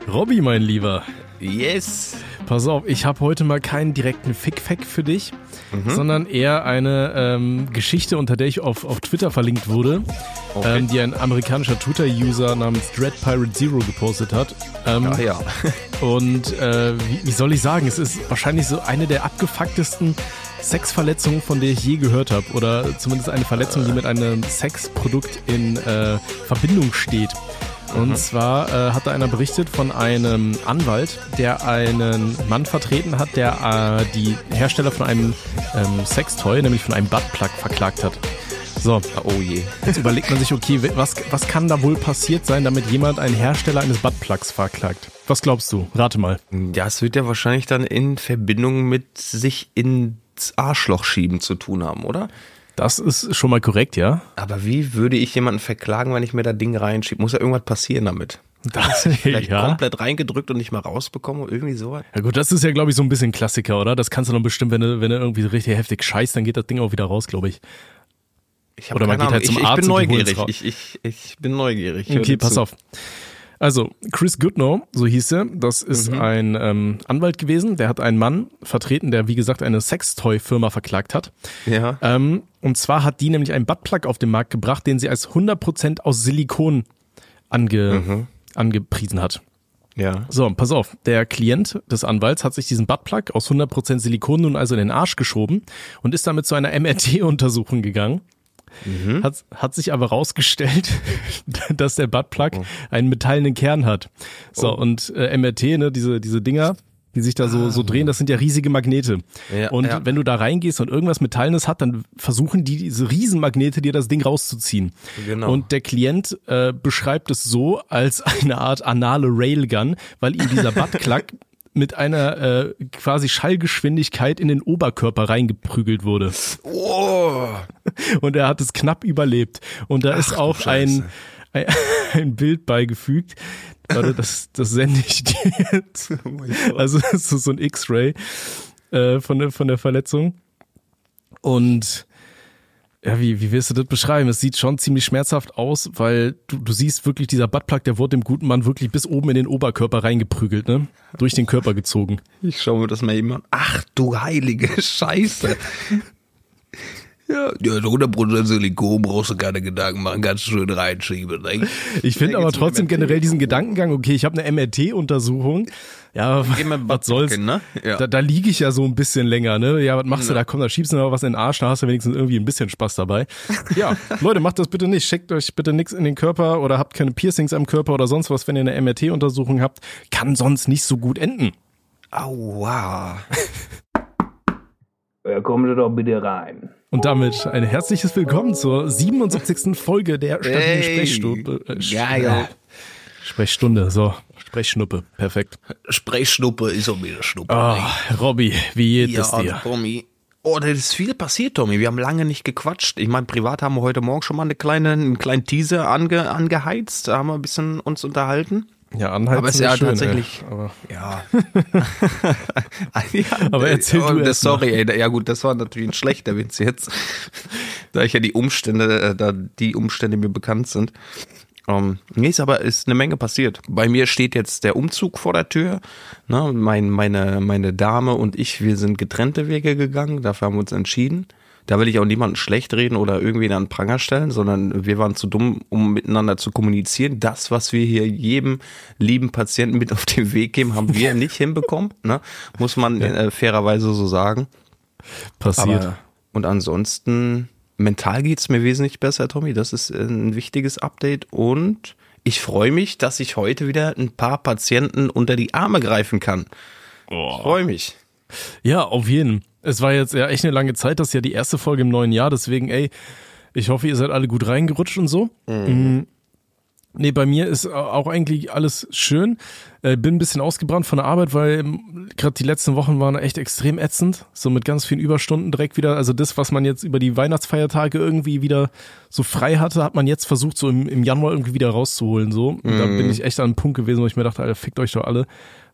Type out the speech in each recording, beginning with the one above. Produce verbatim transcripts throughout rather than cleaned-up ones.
Robby, mein Lieber. Yes. Pass auf, ich habe heute mal keinen direkten Fick-Fact für dich, mhm. sondern eher eine ähm, Geschichte, unter der ich auf, auf Twitter verlinkt wurde, okay. ähm, die ein amerikanischer Twitter-User namens DreadPirate Zero gepostet hat. Ähm, ja, ja. Und äh, wie, wie soll ich sagen, es ist wahrscheinlich so eine der abgefucktesten Sexverletzungen, von der ich je gehört habe. Oder zumindest eine Verletzung, die mit einem Sexprodukt in äh, Verbindung steht. Und mhm. zwar äh, hat da einer berichtet von einem Anwalt, der einen Mann vertreten hat, der äh, die Hersteller von einem ähm, Sextoy, nämlich von einem Buttplug, verklagt hat. So, oh je. Jetzt überlegt man sich, okay, was, was kann da wohl passiert sein, damit jemand einen Hersteller eines Buttplugs verklagt? Was glaubst du? Rate mal. Ja, es wird ja wahrscheinlich dann in Verbindung mit sich ins Arschloch schieben zu tun haben, oder? Das ist schon mal korrekt, ja. Aber wie würde ich jemanden verklagen, wenn ich mir da Ding reinschiebe? Muss ja irgendwas passieren damit? Das vielleicht ja. komplett reingedrückt und nicht mal rausbekommen oder irgendwie sowas? Ja gut, das ist ja, glaube ich, so ein bisschen Klassiker, oder? Das kannst du dann bestimmt, wenn du, wenn du irgendwie richtig heftig scheißt, dann geht das Ding auch wieder raus, glaube ich. Ich oder man geht halt zum ich, Arzt ich bin neugierig. Ich, ich, ich bin neugierig. Okay, pass auf. Also, Chris Goodnow, so hieß er, das ist mhm. ein ähm, Anwalt gewesen, der hat einen Mann vertreten, der wie gesagt eine Sextoy-Firma verklagt hat. Ja. Ähm, und zwar hat die nämlich einen Buttplug auf den Markt gebracht, den sie als hundert Prozent aus Silikon ange, mhm. angepriesen hat. Ja. So, pass auf, der Klient des Anwalts hat sich diesen Buttplug aus hundert Prozent Silikon nun also in den Arsch geschoben und ist damit zu einer M R T-Untersuchung gegangen. Mhm. Hat, hat sich aber rausgestellt, dass der Buttplug oh. einen metallenen Kern hat. So, oh. und äh, M R T, ne, diese, diese Dinger, die sich da so, ah. so drehen, das sind ja riesige Magnete. Ja, und ja. wenn du da reingehst und irgendwas Metallenes hat, dann versuchen die, diese Riesenmagnete, dir das Ding rauszuziehen. Genau. Und der Klient äh, beschreibt es so als eine Art anale Railgun, weil ihm dieser Buttplug mit einer äh, quasi Schallgeschwindigkeit in den Oberkörper reingeprügelt wurde. Oh. Und er hat es knapp überlebt. Und da Ach, ist auch ein, ein, ein Bild beigefügt. Warte, das, das sende ich dir jetzt. Oh also das ist so ein X-Ray äh, von der, von der Verletzung. Und ja, wie, wie willst du das beschreiben? Es sieht schon ziemlich schmerzhaft aus, weil du, du siehst wirklich, dieser Buttplug, der wurde dem guten Mann wirklich bis oben in den Oberkörper reingeprügelt, ne? Durch den Körper gezogen. Ich schau mir das mal eben an. Ach du heilige Scheiße. Ja, ja, hundert Prozent Silikon, brauchst du keine Gedanken machen, ganz schön reinschieben. Ne? Ich finde aber trotzdem generell diesen Gedankengang, okay, ich habe eine M R T-Untersuchung, ja, was soll's, ne? Ja. da, da liege ich ja so ein bisschen länger, ne? Ja, was machst ja. du da? Komm, da schiebst du noch was in den Arsch, da hast du wenigstens irgendwie ein bisschen Spaß dabei. Ja, Leute, macht das bitte nicht, schickt euch bitte nichts in den Körper oder habt keine Piercings am Körper oder sonst was, wenn ihr eine M R T-Untersuchung habt, kann sonst nicht so gut enden. Aua. Ja, kommen Sie doch bitte rein. Und damit ein herzliches Willkommen zur siebenundsiebzigsten Folge der stabilen hey, Sprechstunde. Äh, ja, ja. Sprechstunde, so. Sprechschnuppe, perfekt. Sprechschnuppe ist auch wieder Schnuppe. Oh, Robby, wie geht es ja, dir? Tommy. Oh, da ist viel passiert, Tommy. Wir haben lange nicht gequatscht. Ich meine, privat haben wir heute Morgen schon mal eine kleine, einen kleinen Teaser ange, angeheizt. Da haben wir ein bisschen uns unterhalten. Ja, anhalten aber es ist ja schön, tatsächlich, ey. Aber ja. ja. Aber erzähl oh, du das, Sorry, ey, ja gut, das war natürlich ein schlechter Witz jetzt, da ich ja die Umstände, da die Umstände mir bekannt sind. Um, nee, ist aber ist eine Menge passiert. Bei mir steht jetzt der Umzug vor der Tür. Ne, mein, meine, meine Dame und ich, wir sind getrennte Wege gegangen, dafür haben wir uns entschieden. Da will ich auch niemanden schlecht reden oder irgendwie an den Pranger stellen, sondern wir waren zu dumm, um miteinander zu kommunizieren. Das, was wir hier jedem lieben Patienten mit auf den Weg geben, haben wir nicht hinbekommen. Ne? Muss man ja. äh, fairerweise so sagen. Passiert. Aber, und ansonsten, mental geht's mir wesentlich besser, Tommy. Das ist ein wichtiges Update. Und ich freue mich, dass ich heute wieder ein paar Patienten unter die Arme greifen kann. Oh. Ich freue mich. Ja, auf jeden Fall. Es war jetzt ja echt eine lange Zeit, das ist ja die erste Folge im neuen Jahr, deswegen, ey, ich hoffe, ihr seid alle gut reingerutscht und so. Mhm. Nee, bei mir ist auch eigentlich alles schön. Äh, bin ein bisschen ausgebrannt von der Arbeit, weil gerade die letzten Wochen waren echt extrem ätzend. So mit ganz vielen Überstunden direkt wieder. Also das, was man jetzt über die Weihnachtsfeiertage irgendwie wieder so frei hatte, hat man jetzt versucht, so im, im Januar irgendwie wieder rauszuholen. So. Und mhm. da bin ich echt an einem Punkt gewesen, wo ich mir dachte, Alter, fickt euch doch alle.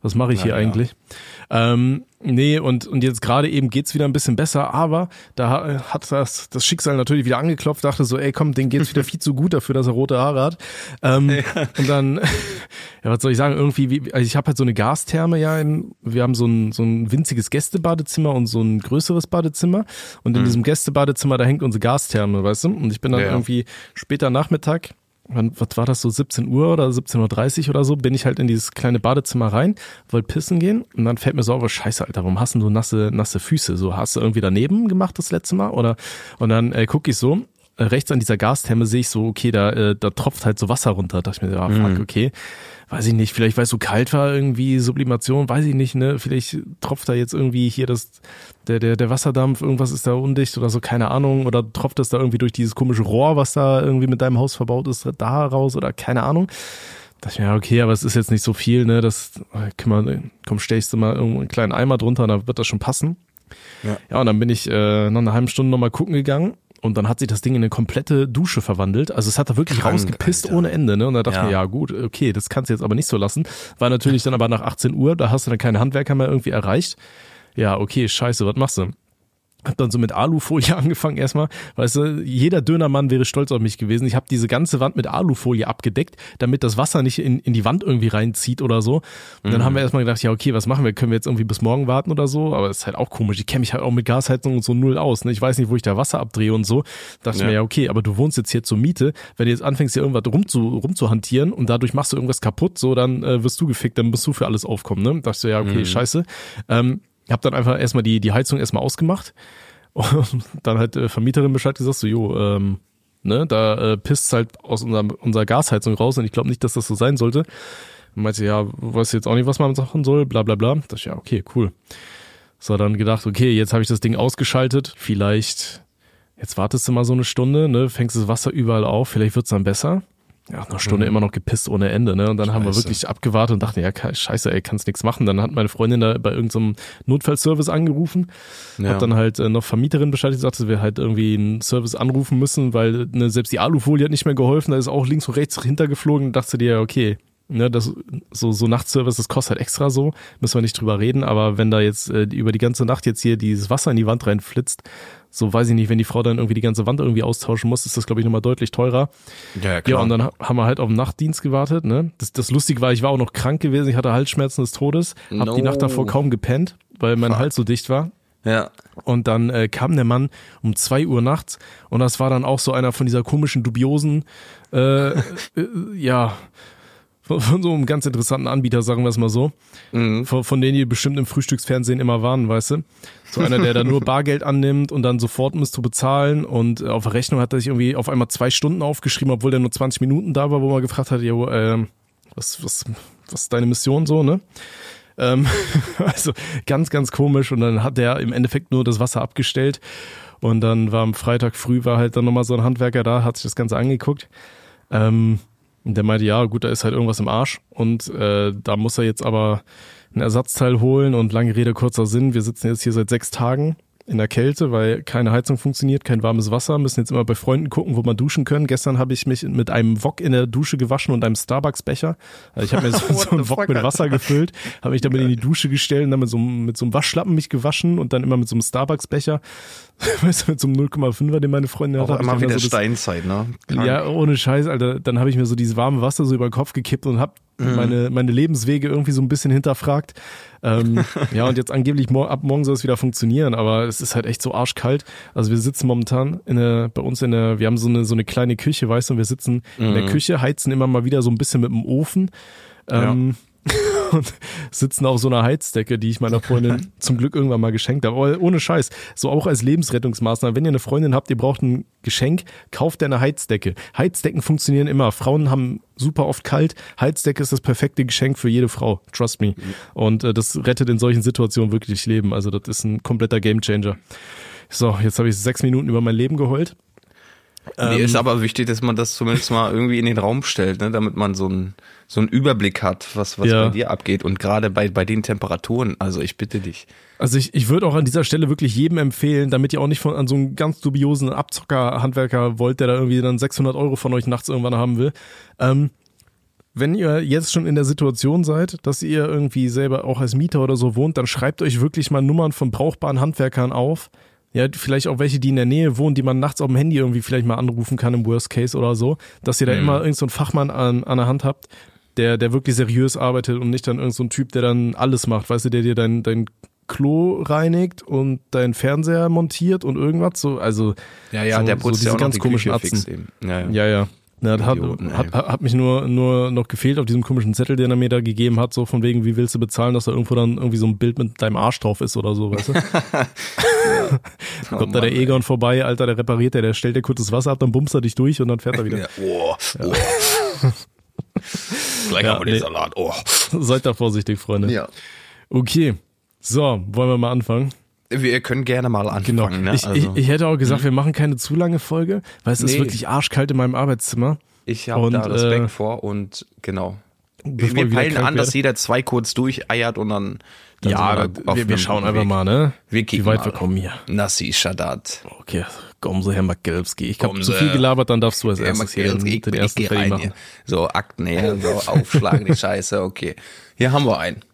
Was mache ich Na, hier ja. eigentlich? Ähm, nee, und, und jetzt gerade eben geht's wieder ein bisschen besser, aber da hat das, das Schicksal natürlich wieder angeklopft, dachte so, ey komm, denen geht's wieder viel zu gut dafür, dass er rote Haare hat. Ähm, ja. Und dann, ja, was soll ich sagen, irgendwie, wie, also ich habe halt so eine Gastherme, ja, in, wir haben so ein, so ein winziges Gästebadezimmer und so ein größeres Badezimmer und in mhm. diesem Gästebadezimmer, da hängt unsere Gastherme, weißt du, und ich bin dann ja. irgendwie später Nachmittag, was war das, so siebzehn Uhr oder siebzehn Uhr dreißig oder so, bin ich halt in dieses kleine Badezimmer rein, wollte pissen gehen und dann fällt mir so auf, oh, scheiße, Alter, warum hast du nasse, nasse Füße? So, hast du irgendwie daneben gemacht das letzte Mal? Oder, und dann äh, gucke ich so, äh, rechts an dieser Gastherme sehe ich so, okay, da, äh, da tropft halt so Wasser runter. Da dachte ich mir, ah, fuck, okay, weiß ich nicht, vielleicht weil es so kalt war, irgendwie Sublimation, weiß ich nicht, ne, vielleicht tropft da jetzt irgendwie hier das, der, der, der Wasserdampf, irgendwas ist da undicht oder so, keine Ahnung, oder tropft das da irgendwie durch dieses komische Rohr, was da irgendwie mit deinem Haus verbaut ist, da raus oder keine Ahnung. Da dachte ich mir, ja, okay, aber es ist jetzt nicht so viel, ne, das, komm, komm stellst du mal irgendwo einen kleinen Eimer drunter, dann wird das schon passen. Ja, ja und dann bin ich äh, nach einer halben Stunde nochmal gucken gegangen. Und dann hat sich das Ding in eine komplette Dusche verwandelt. Also es hat da wirklich Krank, rausgepisst Alter. Ohne Ende. Ne? Und da dachte ich ja. mir, ja gut, okay, das kannst du jetzt aber nicht so lassen. War natürlich dann aber nach achtzehn Uhr, da hast du dann keine Handwerker mehr irgendwie erreicht. Ja, okay, scheiße, was machst du? Hab dann so mit Alufolie angefangen erstmal, weißt du, jeder Dönermann wäre stolz auf mich gewesen. Ich habe diese ganze Wand mit Alufolie abgedeckt, damit das Wasser nicht in, in die Wand irgendwie reinzieht oder so. Und dann mhm. haben wir erstmal gedacht, ja okay, was machen wir? Können wir jetzt irgendwie bis morgen warten oder so? Aber das ist halt auch komisch. Ich kenne mich halt auch mit Gasheizung und so null aus. Ne? Ich weiß nicht, wo ich da Wasser abdrehe und so. Da dachte ich ja. mir, ja okay, aber du wohnst jetzt hier zur Miete. Wenn du jetzt anfängst, hier irgendwas rumzu, rumzuhantieren und dadurch machst du irgendwas kaputt, so dann äh, wirst du gefickt, dann musst du für alles aufkommen. Ne? Da dachte ich so, ja okay, mhm. scheiße. Ähm, hab dann einfach erstmal die, die Heizung erstmal ausgemacht. Und dann hat äh, Vermieterin Bescheid gesagt, so, jo, ähm, ne, da äh, pisst halt aus unserem, unserer Gasheizung raus und ich glaube nicht, dass das so sein sollte. Und meinte, ja, weiß jetzt auch nicht, was man machen soll, bla bla bla. Da dachte ich, ja, okay, cool. So, dann gedacht, okay, jetzt habe ich das Ding ausgeschaltet, vielleicht, jetzt wartest du mal so eine Stunde, ne, fängst das Wasser überall auf, vielleicht wird's dann besser. Ja, nach einer Stunde mhm. immer noch gepisst ohne Ende, ne? Und dann Scheiße. Haben wir wirklich abgewartet und dachten, ja, scheiße, ey, kannst nichts machen. Dann hat meine Freundin da bei irgendeinem Notfallservice angerufen, ja. hat dann halt äh, noch Vermieterin Bescheid gesagt, dass wir halt irgendwie einen Service anrufen müssen, weil ne, selbst die Alufolie hat nicht mehr geholfen, da ist auch links und rechts hintergeflogen und dachte dir, ja, okay, ne, das so so Nachtservice, das kostet halt extra so, müssen wir nicht drüber reden, aber wenn da jetzt äh, über die ganze Nacht jetzt hier dieses Wasser in die Wand reinflitzt, so weiß ich nicht, wenn die Frau dann irgendwie die ganze Wand irgendwie austauschen muss, ist das, glaube ich, nochmal deutlich teurer. Ja, ja, klar. Ja, und dann haben wir halt auf den Nachtdienst gewartet, ne? Das, das Lustige war, ich war auch noch krank gewesen, ich hatte Halsschmerzen des Todes, hab no. die Nacht davor kaum gepennt, weil mein Fuck. Hals so dicht war. Ja. Und dann äh, kam der Mann um zwei Uhr nachts und das war dann auch so einer von dieser komischen, dubiosen, äh, äh, ja, von, von so einem ganz interessanten Anbieter, sagen wir es mal so, mhm. von, von denen die bestimmt im Frühstücksfernsehen immer waren, weißt du? So einer, der da nur Bargeld annimmt und dann sofort musst du bezahlen und auf der Rechnung hat er sich irgendwie auf einmal zwei Stunden aufgeschrieben, obwohl der nur zwanzig Minuten da war, wo man gefragt hat, jo, äh, was, was, was ist deine Mission so, ne? Ähm, also ganz, ganz komisch und dann hat der im Endeffekt nur das Wasser abgestellt und dann war am Freitag früh war halt dann nochmal so ein Handwerker da, hat sich das Ganze angeguckt. Ähm, Und der meinte, ja gut, da ist halt irgendwas im Arsch und äh, da muss er jetzt aber ein Ersatzteil holen und lange Rede, kurzer Sinn, wir sitzen jetzt hier seit sechs Tagen in der Kälte, weil keine Heizung funktioniert, kein warmes Wasser, müssen jetzt immer bei Freunden gucken, wo man duschen können. Gestern habe ich mich mit einem Wok in der Dusche gewaschen und einem Starbucks-Becher. Also ich habe mir so, so einen Wok mit Wasser gefüllt, habe mich damit in die Dusche gestellt und dann mit so, mit so einem Waschlappen mich gewaschen und dann immer mit so einem Starbucks-Becher, weißt du, mit so einem null Komma fünfer, den meine Freundin hat. Auch immer wieder so Steinzeit, ne? Krank. Ja, ohne Scheiß, Alter. Dann habe ich mir so dieses warme Wasser so über den Kopf gekippt und habe mhm. meine, meine Lebenswege irgendwie so ein bisschen hinterfragt. Ähm, ja, und jetzt angeblich mor- ab morgen soll es wieder funktionieren, aber es ist halt echt so arschkalt. Also wir sitzen momentan in der, bei uns in der, wir haben so eine, so eine kleine Küche, weißt du, und wir sitzen mhm. in der Küche, heizen immer mal wieder so ein bisschen mit dem Ofen. Ähm, ja. Und sitzen auf so einer Heizdecke, die ich meiner Freundin zum Glück irgendwann mal geschenkt habe. Aber ohne Scheiß, so auch als Lebensrettungsmaßnahme. Wenn ihr eine Freundin habt, ihr braucht ein Geschenk, kauft ihr eine Heizdecke. Heizdecken funktionieren immer. Frauen haben super oft kalt. Heizdecke ist das perfekte Geschenk für jede Frau. Trust me. Und äh, das rettet in solchen Situationen wirklich Leben. Also das ist ein kompletter Gamechanger. So, jetzt habe ich sechs Minuten über mein Leben geheult. Nee, ist aber wichtig, dass man das zumindest mal irgendwie in den Raum stellt, ne, damit man so einen so einen Überblick hat, was was ja. bei dir abgeht und gerade bei bei den Temperaturen, also ich bitte dich. Also ich ich würde auch an dieser Stelle wirklich jedem empfehlen, damit ihr auch nicht von an so einen ganz dubiosen Abzocker-Handwerker wollt, der da irgendwie dann sechshundert Euro von euch nachts irgendwann haben will, ähm, wenn ihr jetzt schon in der Situation seid, dass ihr irgendwie selber auch als Mieter oder so wohnt, dann schreibt euch wirklich mal Nummern von brauchbaren Handwerkern auf. Ja, vielleicht auch welche, die in der Nähe wohnen, die man nachts auf dem Handy irgendwie vielleicht mal anrufen kann im Worst Case oder so, dass ihr da mhm. immer irgend so einen Fachmann an, an der Hand habt, der, der wirklich seriös arbeitet und nicht dann irgend so ein Typ, der dann alles macht, weißt du, der dir dein, dein Klo reinigt und deinen Fernseher montiert und irgendwas so, also ja, ja, so, der putzt so diese ja auch ganz noch die komischen Küche Atzen. fix eben. Ja, ja. ja. ja. Na, das hat, Idioten, hat, hat mich nur, nur noch gefehlt auf diesem komischen Zettel, den er mir da gegeben hat, so von wegen, wie willst du bezahlen, dass da irgendwo dann irgendwie so ein Bild mit deinem Arsch drauf ist oder so, weißt du? ja. oh, Kommt da der Egon ey. vorbei, Alter, der repariert der, der stellt dir kurz das Wasser ab, dann bummst er dich durch und dann fährt er wieder. Ja. Oh, oh. Ja. Gleich ja, haben wir den nee. Salat, oh. Seid da vorsichtig, Freunde. Ja. Okay, so, wollen wir mal anfangen? Wir können gerne mal anfangen. Genau. Ne? Ich, also, ich, ich hätte auch gesagt, hm. wir machen keine zu lange Folge, weil es nee. ist wirklich arschkalt in meinem Arbeitszimmer. Ich habe da Respekt äh, vor und genau. Wir peilen an, dass jeder zwei kurz durcheiert und dann, dann ja, wir, wir, wir schauen einfach mal, ne? Wir wie weit mal. wir kommen hier. Nassi Shadat. Okay, komm so, Herr Magelbski. Ich habe zu viel gelabert, dann darfst du als erstes hier den, den ersten Fertig machen. Hier. So, Akten her, so aufschlagen die Scheiße, okay. Hier haben wir einen.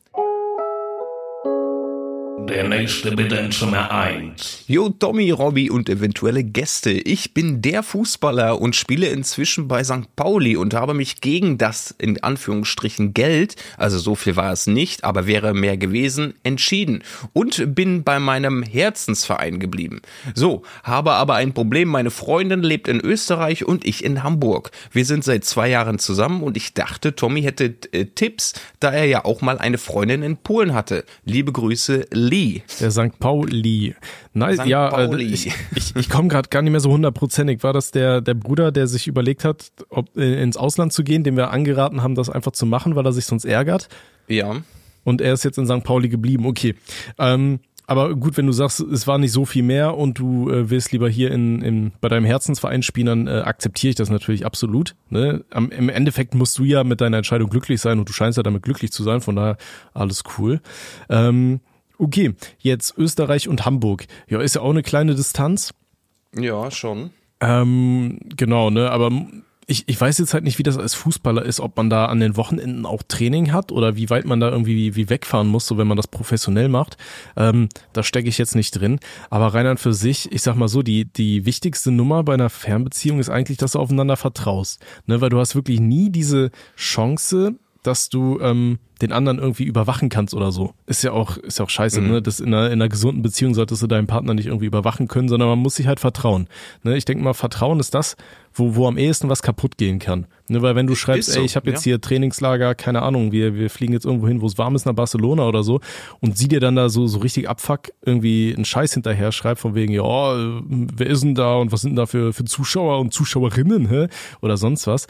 Der nächste bitte in Zimmer eins. Jo, Tommy, Robby und eventuelle Gäste. Ich bin der Fußballer und spiele inzwischen bei Sankt Pauli und habe mich gegen das, in Anführungsstrichen, Geld, also so viel war es nicht, aber wäre mehr gewesen, entschieden und bin bei meinem Herzensverein geblieben. So, habe aber ein Problem. Meine Freundin lebt in Österreich und ich in Hamburg. Wir sind seit zwei Jahren zusammen und ich dachte, Tommy hätte äh, Tipps, da er ja auch mal eine Freundin in Polen hatte. Liebe Grüße, Lee. Der Sankt Pauli. Nice. Sankt ja, Pauli. Äh, ich, ich, ich komme gerade gar nicht mehr so hundertprozentig. War das der, der Bruder, der sich überlegt hat, ob äh, ins Ausland zu gehen, dem wir angeraten haben, das einfach zu machen, weil er sich sonst ärgert? Ja. Und er ist jetzt in Sankt Pauli geblieben. Okay. Ähm, aber gut, wenn du sagst, es war nicht so viel mehr und du äh, willst lieber hier in, in bei deinem Herzensverein spielen, dann äh, akzeptiere ich das natürlich absolut. Ne? Am, im Endeffekt musst du ja mit deiner Entscheidung glücklich sein und du scheinst ja damit glücklich zu sein, von daher alles cool. Ähm, Okay, jetzt Österreich und Hamburg. Ja, ist ja auch eine kleine Distanz. Ja, schon. Ähm, genau, ne, aber ich, ich weiß jetzt halt nicht, wie das als Fußballer ist, ob man da an den Wochenenden auch Training hat oder wie weit man da irgendwie wie wegfahren muss, so wenn man das professionell macht. Ähm, da stecke ich jetzt nicht drin. Aber rein an für sich, ich sag mal so, die, die wichtigste Nummer bei einer Fernbeziehung ist eigentlich, dass du aufeinander vertraust. Ne, weil du hast wirklich nie diese Chance, dass du ähm, den anderen irgendwie überwachen kannst oder so. Ist ja auch, ist ja auch scheiße, mhm. ne? Das in einer, in einer gesunden Beziehung solltest du deinen Partner nicht irgendwie überwachen können, sondern man muss sich halt vertrauen. Ne? Ich denke mal, Vertrauen ist das, wo, wo am ehesten was kaputt gehen kann. Ne? Weil wenn du schreibst, so, ey, ich habe jetzt ja. hier Trainingslager, keine Ahnung, wir, wir fliegen jetzt irgendwo hin, wo es warm ist, nach Barcelona oder so, und sie dir dann da so, so richtig abfuck irgendwie einen Scheiß hinterher schreibt, von wegen, ja, wer ist denn da und was sind denn da für, für Zuschauer und Zuschauerinnen, hä? Oder sonst was.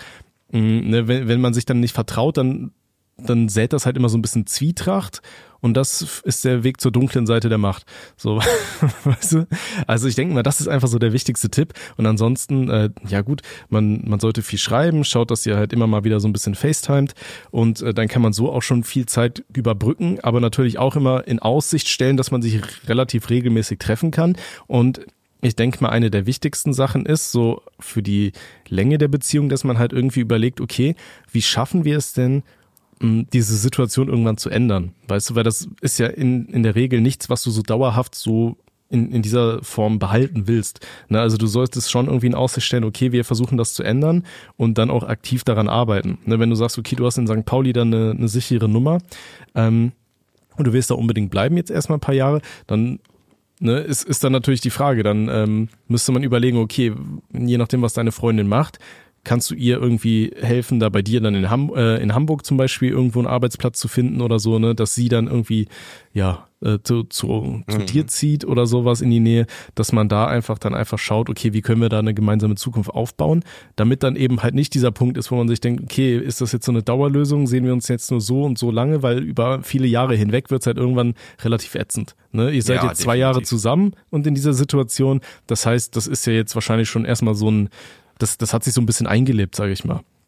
Ne, wenn, wenn man sich dann nicht vertraut, dann, dann sät das halt immer so ein bisschen Zwietracht und das ist der Weg zur dunklen Seite der Macht. So, weißt du? Also ich denke mal, das ist einfach so der wichtigste Tipp und ansonsten, äh, ja gut, man, man sollte viel schreiben, schaut, dass ihr halt immer mal wieder so ein bisschen FaceTimet und äh, dann kann man so auch schon viel Zeit überbrücken, aber natürlich auch immer in Aussicht stellen, dass man sich relativ regelmäßig treffen kann und ich denke mal, eine der wichtigsten Sachen ist, so für die Länge der Beziehung, dass man halt irgendwie überlegt, okay, wie schaffen wir es denn, diese Situation irgendwann zu ändern? Weißt du, weil das ist ja in, in der Regel nichts, was du so dauerhaft so in, in dieser Form behalten willst. Ne, also du solltest schon irgendwie in Aussicht stellen, okay, wir versuchen das zu ändern und dann auch aktiv daran arbeiten. Ne, wenn du sagst, okay, du hast in Sankt Pauli dann eine, eine sichere Nummer ähm, und du willst da unbedingt bleiben jetzt erstmal ein paar Jahre, dann Ne, ist, ist dann natürlich die Frage, dann ähm, müsste man überlegen, okay, je nachdem, was deine Freundin macht, kannst du ihr irgendwie helfen, da bei dir dann in, Ham- äh, in Hamburg zum Beispiel irgendwo einen Arbeitsplatz zu finden oder so, ne, dass sie dann irgendwie, ja, äh, zu, zu, zu mhm. dir zieht oder sowas in die Nähe, dass man da einfach dann einfach schaut, okay, wie können wir da eine gemeinsame Zukunft aufbauen, damit dann eben halt nicht dieser Punkt ist, wo man sich denkt, okay, ist das jetzt so eine Dauerlösung, sehen wir uns jetzt nur so und so lange, weil über viele Jahre hinweg wird es halt irgendwann relativ ätzend. Ne? Ihr seid ja, jetzt zwei definitiv. Jahre zusammen und in dieser Situation, das heißt, das ist ja jetzt wahrscheinlich schon erstmal so ein, das, das hat sich so ein bisschen eingelebt, sage ich mal.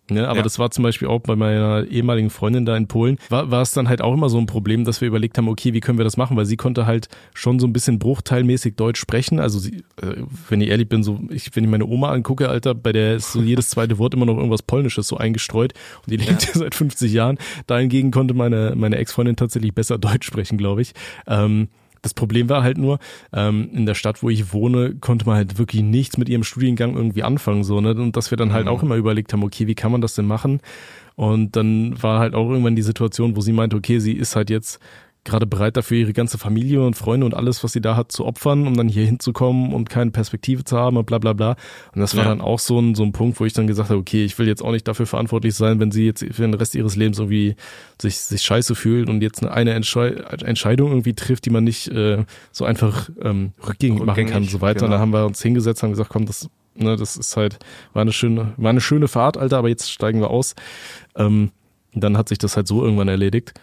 Ne, aber Ja. das war zum Beispiel auch bei meiner ehemaligen Freundin da in Polen, war, war es dann halt auch immer so ein Problem, dass wir überlegt haben, okay, wie können wir das machen, weil sie konnte halt schon so ein bisschen bruchteilmäßig Deutsch sprechen, also sie, äh, wenn ich ehrlich bin, so ich, wenn ich meine Oma angucke, Alter, bei der ist so jedes zweite Wort immer noch irgendwas Polnisches so eingestreut und die lebt ja seit fünfzig Jahren, dahingegen konnte meine, meine Ex-Freundin tatsächlich besser Deutsch sprechen, glaube ich. Ähm, Das Problem war halt nur, ähm, in der Stadt, wo ich wohne, konnte man halt wirklich nichts mit ihrem Studiengang irgendwie anfangen, so, ne? Und dass wir dann halt Mhm. auch immer überlegt haben, okay, wie kann man das denn machen? Und dann war halt auch irgendwann die Situation, wo sie meinte, okay, sie ist halt jetzt gerade bereit dafür, ihre ganze Familie und Freunde und alles, was sie da hat, zu opfern, um dann hier hinzukommen und keine Perspektive zu haben und bla bla bla. Und das war Ja. dann auch so ein, so ein Punkt, wo ich dann gesagt habe, okay, ich will jetzt auch nicht dafür verantwortlich sein, wenn sie jetzt für den Rest ihres Lebens irgendwie sich, sich scheiße fühlt und jetzt eine, eine Entschei- Entscheidung irgendwie trifft, die man nicht äh, so einfach ähm, rückgängig, machen Rückgängig, kann und so weiter. genau. Und dann haben wir uns hingesetzt und haben gesagt, komm, das, ne, das ist halt, war eine schöne, war eine schöne Fahrt, Alter, aber jetzt steigen wir aus. Ähm, dann hat sich das halt so irgendwann erledigt.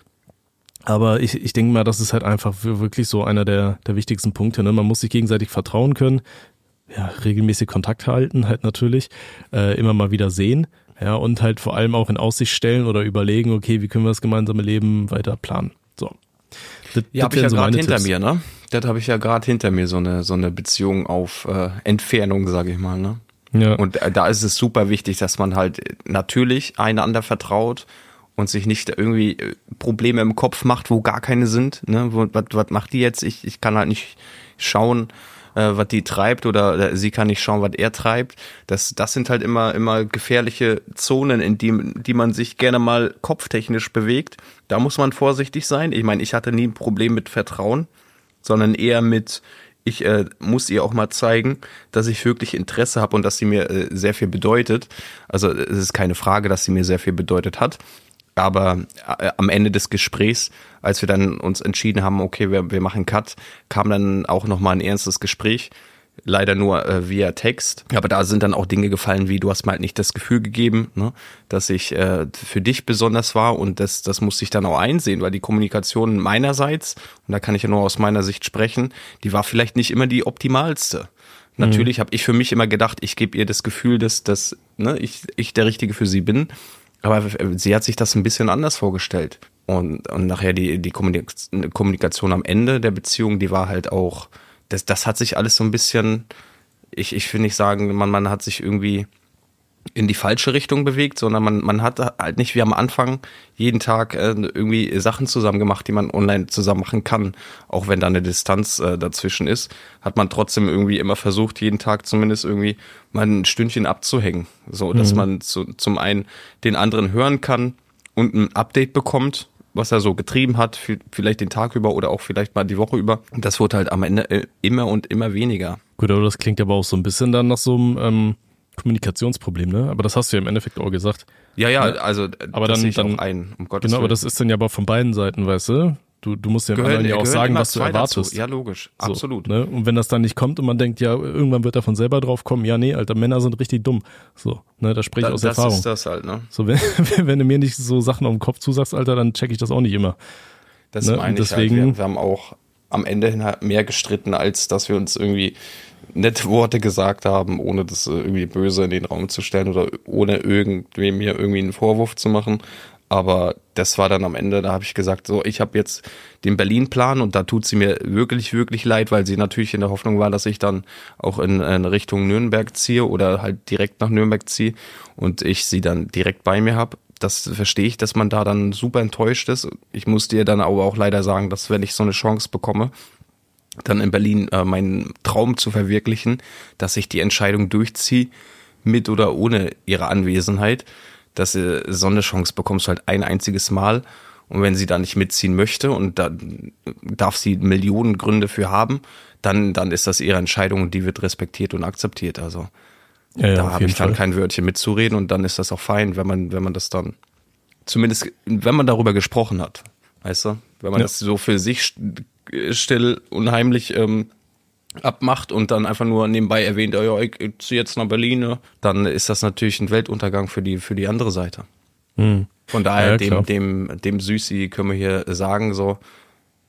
Aber ich, ich denke mal, das ist halt einfach wirklich so einer der, der wichtigsten Punkte. Ne? Man muss sich gegenseitig vertrauen können, ja, regelmäßig Kontakt halten, halt natürlich, äh, immer mal wieder sehen, ja, und halt vor allem auch in Aussicht stellen oder überlegen, okay, wie können wir das gemeinsame Leben weiter planen. So. Das, Ja, das habe ich ja wären so gerade meine hinter Tipps. mir, ne? Das habe ich ja gerade hinter mir, so eine so eine Beziehung auf äh, Entfernung, sage ich mal, ne? Ja. Und äh, da ist es super wichtig, dass man halt natürlich einander vertraut und sich nicht irgendwie äh, Probleme im Kopf macht, wo gar keine sind, ne? Wo, was, was macht die jetzt? Ich, ich kann halt nicht schauen, äh, was die treibt oder äh, sie kann nicht schauen, was er treibt. Das, das sind halt immer, immer gefährliche Zonen, in die, die man sich gerne mal kopftechnisch bewegt. Da muss man vorsichtig sein. Ich meine, ich hatte nie ein Problem mit Vertrauen, sondern eher mit, ich äh, muss ihr auch mal zeigen, dass ich wirklich Interesse habe und dass sie mir äh, sehr viel bedeutet. Also es ist keine Frage, dass sie mir sehr viel bedeutet hat. Aber äh, am Ende des Gesprächs, als wir dann uns entschieden haben, okay, wir, wir machen Cut, kam dann auch nochmal ein ernstes Gespräch. Leider nur äh, via Text. Aber da sind dann auch Dinge gefallen, wie du hast mir halt nicht das Gefühl gegeben, ne, dass ich äh, für dich besonders war. Und das, das musste ich dann auch einsehen, weil die Kommunikation meinerseits, und da kann ich ja nur aus meiner Sicht sprechen, die war vielleicht nicht immer die optimalste. Natürlich habe ich für mich immer gedacht, ich gebe ihr das Gefühl, dass, dass ne, ich, ich der Richtige für sie bin. Aber sie hat sich das ein bisschen anders vorgestellt. Und, und nachher die, die Kommunikation am Ende der Beziehung, die war halt auch, das, das hat sich alles so ein bisschen, ich, ich will nicht sagen, man, man hat sich irgendwie in die falsche Richtung bewegt, sondern man, man hat halt nicht wie am Anfang jeden Tag äh, irgendwie Sachen zusammen gemacht, die man online zusammen machen kann. Auch wenn da eine Distanz äh, dazwischen ist, hat man trotzdem irgendwie immer versucht, jeden Tag zumindest irgendwie mal ein Stündchen abzuhängen. So, dass Mhm. man zu, zum einen den anderen hören kann und ein Update bekommt, was er so getrieben hat, vielleicht den Tag über oder auch vielleicht mal die Woche über. Und das wurde halt am Ende äh, immer und immer weniger. Gut, aber das klingt aber auch so ein bisschen dann nach so einem ähm, Kommunikationsproblem, ne? Aber das hast du ja im Endeffekt auch gesagt. Ja, ja, Ja. also Aber das dann- sehe ich dann- auch ein, um Gottes Genau, aber Willen. das ist dann ja aber von beiden Seiten, weißt du? Du, du musst dem Gehören- anderen ja auch gehören sagen, immer was du zwei erwartest. dazu. Ja, logisch. So, Absolut. Ne? Und wenn das dann nicht kommt und man denkt, ja, irgendwann wird er von selber drauf kommen, ja, nee, Alter, Männer sind richtig dumm. So, ne, da spreche ich Da, aus das Erfahrung. ist das halt, ne? So, wenn, wenn du mir nicht so Sachen auf den Kopf zusagst, Alter, dann check ich das auch nicht immer. Das Ne, meine und ich deswegen- halt. Wir, wir haben auch am Ende hin halt mehr gestritten, als dass wir uns irgendwie nette Worte gesagt haben, ohne das irgendwie böse in den Raum zu stellen oder ohne irgendwem mir irgendwie einen Vorwurf zu machen. Aber das war dann am Ende, da habe ich gesagt, so, ich habe jetzt den Berlin-Plan und da tut sie mir wirklich, wirklich leid, weil sie natürlich in der Hoffnung war, dass ich dann auch in, in Richtung Nürnberg ziehe oder halt direkt nach Nürnberg ziehe und ich sie dann direkt bei mir habe. Das verstehe ich, dass man da dann super enttäuscht ist. Ich muss dir dann aber auch leider sagen, dass wenn ich so eine Chance bekomme, dann in Berlin äh, meinen Traum zu verwirklichen, dass ich die Entscheidung durchziehe, mit oder ohne ihre Anwesenheit, dass du so eine Chance bekommst halt ein einziges Mal. Und wenn sie da nicht mitziehen möchte und da darf sie Millionen Gründe für haben, dann, dann ist das ihre Entscheidung und die wird respektiert und akzeptiert. Also Ja, ja, da auf habe ich jeden dann Fall. kein Wörtchen mitzureden und dann ist das auch fein, wenn man, wenn man das dann, zumindest wenn man darüber gesprochen hat, weißt du? Wenn man Ja. das so für sich st- still unheimlich ähm, abmacht und dann einfach nur nebenbei erwähnt, oh ja, ich, ich ziehe jetzt nach Berlin, ne? Dann ist das natürlich ein Weltuntergang für die, für die andere Seite. Hm. Von daher, Ja, dem, klar. dem, dem Süßi können wir hier sagen, so,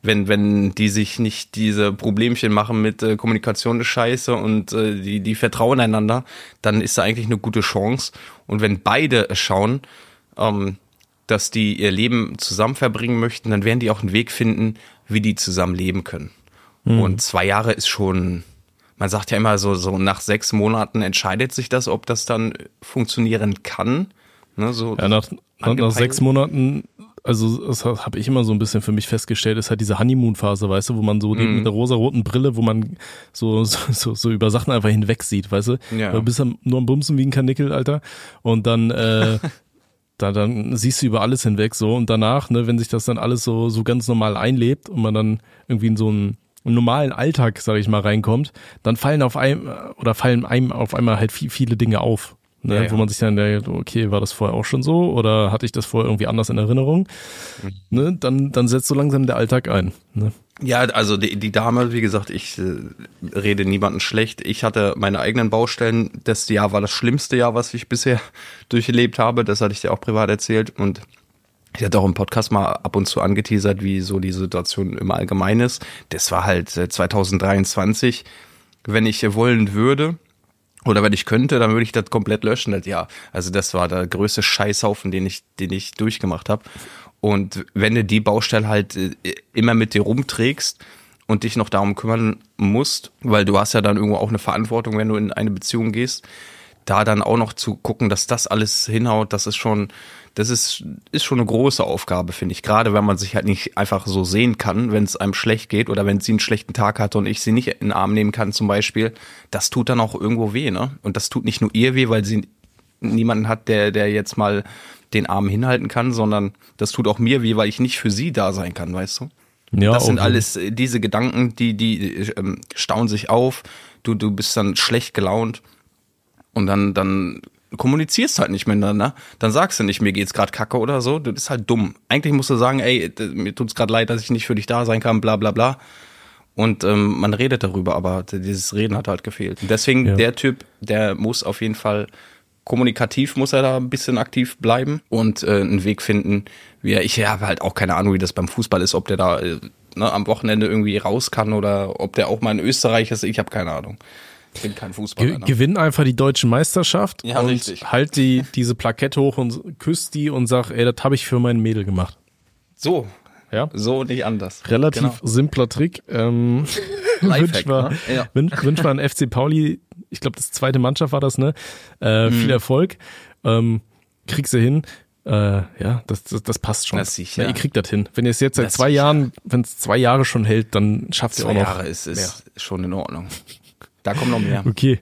wenn wenn die sich nicht diese Problemchen machen mit äh, Kommunikation ist scheiße und äh, die die vertrauen einander, dann ist da eigentlich eine gute Chance. Und wenn beide schauen, ähm, dass die ihr Leben zusammen verbringen möchten, dann werden die auch einen Weg finden, wie die zusammen leben können. Mhm. Und zwei Jahre ist schon, man sagt ja immer so, so nach sechs Monaten entscheidet sich das, ob das dann funktionieren kann. Ne, so ja, nach, nach sechs Monaten, also das habe ich immer so ein bisschen für mich festgestellt, ist halt diese Honeymoon-Phase, weißt du, wo man so mhm. mit der rosaroten Brille, wo man so, so, so über Sachen einfach hinweg sieht, weißt du. Ja. Du bist am, nur am Bumsen wie ein Karnickel, Alter. Und dann, äh, da, dann siehst du über alles hinweg so. Und danach, ne, wenn sich das dann alles so, so ganz normal einlebt und man dann irgendwie in so einen, einen normalen Alltag, sag ich mal, reinkommt, dann fallen auf einem, oder fallen einem auf einmal halt viel, viele Dinge auf. Ne, ja, ja. Wo man sich dann denkt, okay, war das vorher auch schon so oder hatte ich das vorher irgendwie anders in Erinnerung? Mhm. Ne, dann, dann setzt so langsam der Alltag ein. Ne? Ja, also die, die Dame, wie gesagt, ich äh, rede niemanden schlecht. Ich hatte meine eigenen Baustellen. Das Jahr war das schlimmste Jahr, was ich bisher durchlebt habe. Das hatte ich dir auch privat erzählt. Und ich hatte auch im Podcast mal ab und zu angeteasert, wie so die Situation im Allgemeinen ist. Das war halt äh, zwanzig dreiundzwanzig. Wenn ich wollen würde, oder wenn ich könnte, dann würde ich das komplett löschen, das Jahr. Also das war der größte Scheißhaufen, den ich, den ich durchgemacht habe. Und wenn du die Baustelle halt immer mit dir rumträgst und dich noch darum kümmern musst, weil du hast ja dann irgendwo auch eine Verantwortung, wenn du in eine Beziehung gehst, da dann auch noch zu gucken, dass das alles hinhaut, das ist schon, das ist, ist schon eine große Aufgabe, finde ich. Gerade wenn man sich halt nicht einfach so sehen kann, wenn es einem schlecht geht oder wenn sie einen schlechten Tag hatte und ich sie nicht in den Arm nehmen kann zum Beispiel, das tut dann auch irgendwo weh, ne? Und das tut nicht nur ihr weh, weil sie niemanden hat, der, der jetzt mal den Arm hinhalten kann, sondern das tut auch mir weh, weil ich nicht für sie da sein kann, weißt du? Ja, das sind okay. alles diese Gedanken, die, die ähm, stauen sich auf, du, du bist dann schlecht gelaunt. Und dann, dann kommunizierst halt nicht miteinander. Dann sagst du nicht, mir geht's gerade kacke oder so. Das ist halt dumm. Eigentlich musst du sagen, ey, mir tut's gerade leid, dass ich nicht für dich da sein kann, bla bla bla. Und ähm, man redet darüber, aber dieses Reden hat halt gefehlt. Und deswegen, ja. Der Typ, der muss auf jeden Fall kommunikativ, muss er da ein bisschen aktiv bleiben und äh, einen Weg finden, wie er, ich habe halt auch keine Ahnung, wie das beim Fußball ist, ob der da äh, ne, am Wochenende irgendwie raus kann oder ob der auch mal in Österreich ist. Ich habe keine Ahnung. Ich bin kein Fußballer. Ne? Gewinn einfach die deutsche Meisterschaft ja, und richtig. Halt die, diese Plakette hoch und küsst die und sag, ey, das habe ich für mein Mädel gemacht. So, ja, so nicht anders. Relativ genau. Simpler Trick. Ähm, wünsch mal, ne? Ja. wünsch, wünsch mal an F C Pauli, ich glaube, das zweite Mannschaft war das, ne? Äh, mhm. Viel Erfolg. Ähm, kriegst du hin. Äh, ja, das, das, das passt schon. Das sicher. Ja, ihr kriegt das hin. Wenn ihr es jetzt seit das zwei sicher. Jahren, wenn es zwei Jahre schon hält, dann schafft ihr auch noch. Zwei Jahre ist, ist schon in Ordnung. Da kommt noch mehr. Okay.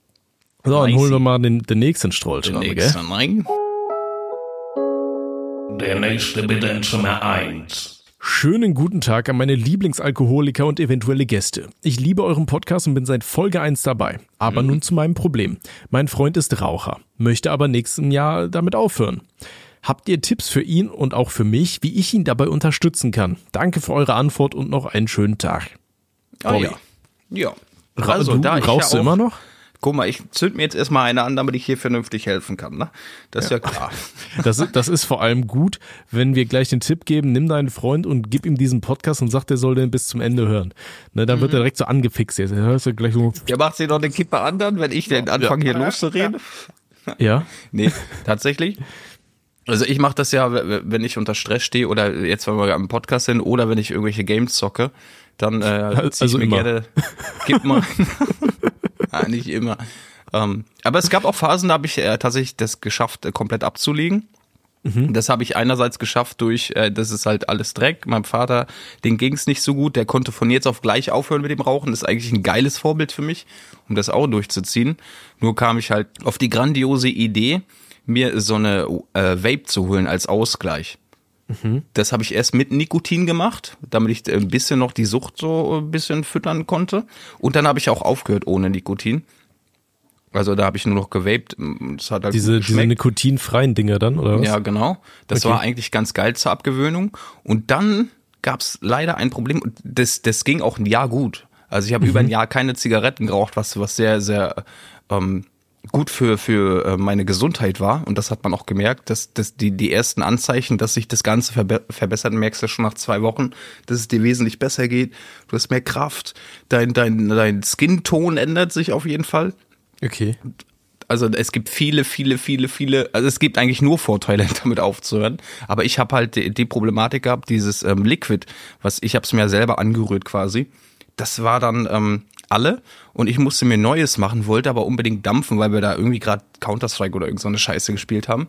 So, dann holen wir mal den, den nächsten Strollschraube, gell? Nein. Der nächste bitte in Zimmer eins. Schönen guten Tag an meine Lieblingsalkoholiker und eventuelle Gäste. Ich liebe euren Podcast und bin seit Folge eins dabei. Aber mhm. nun zu meinem Problem. Mein Freund ist Raucher, möchte aber nächstem Jahr damit aufhören. Habt ihr Tipps für ihn und auch für mich, wie ich ihn dabei unterstützen kann? Danke für eure Antwort und noch einen schönen Tag. Oh ja. Ja. Also, du, da rauchst ja du immer noch? Guck mal, ich zünd mir jetzt erstmal eine an, damit ich hier vernünftig helfen kann, ne? Das ist ja, ja klar. Das, das ist vor allem gut, wenn wir gleich den Tipp geben, nimm deinen Freund und gib ihm diesen Podcast und sag, der soll den bis zum Ende hören. Ne, dann mhm. wird er direkt so angefixt jetzt. Hörst du gleich so. Ja, macht sich noch eine Kippe an dann, wenn ich den anfange ja. hier loszureden? Ja. Nee, tatsächlich. Also ich mache das ja, wenn ich unter Stress stehe oder jetzt, wenn wir am Podcast sind oder wenn ich irgendwelche Games zocke, dann äh, zieh also ich mir immer. gerne, gib mal, ja, nicht immer. Ähm, aber es gab auch Phasen, da habe ich äh, tatsächlich das geschafft, äh, komplett abzulegen. Mhm. Das habe ich einerseits geschafft durch, äh, das ist halt alles Dreck. Meinem Vater, den ging's nicht so gut, der konnte von jetzt auf gleich aufhören mit dem Rauchen. Das ist eigentlich ein geiles Vorbild für mich, um das auch durchzuziehen. Nur kam ich halt auf die grandiose Idee, mir so eine äh, Vape zu holen als Ausgleich. Mhm. Das habe ich erst mit Nikotin gemacht, damit ich ein bisschen noch die Sucht so ein bisschen füttern konnte. Und dann habe ich auch aufgehört ohne Nikotin. Also da habe ich nur noch gewaped. Das hat halt diese, diese nikotinfreien Dinger dann, oder was? Ja, genau. Das okay. war eigentlich ganz geil zur Abgewöhnung. Und dann gab's leider ein Problem. Und das, das ging auch ein Jahr gut. Also ich habe mhm. über ein Jahr keine Zigaretten geraucht, was, was sehr, sehr ähm, gut für für äh, meine Gesundheit war. Und das hat man auch gemerkt, dass, dass die, die ersten Anzeichen, dass sich das Ganze verbe- verbessert, merkst du schon nach zwei Wochen, dass es dir wesentlich besser geht. Du hast mehr Kraft, dein, dein, dein Skin-Ton ändert sich auf jeden Fall. Okay. Also es gibt viele, viele, viele, viele, also es gibt eigentlich nur Vorteile, damit aufzuhören. Aber ich habe halt die, die Problematik gehabt, dieses ähm, Liquid, was ich habe es mir ja selber angerührt quasi. Das war dann ähm, alle und ich musste mir Neues machen, wollte aber unbedingt dampfen, weil wir da irgendwie gerade Counter-Strike oder irgend so eine Scheiße gespielt haben.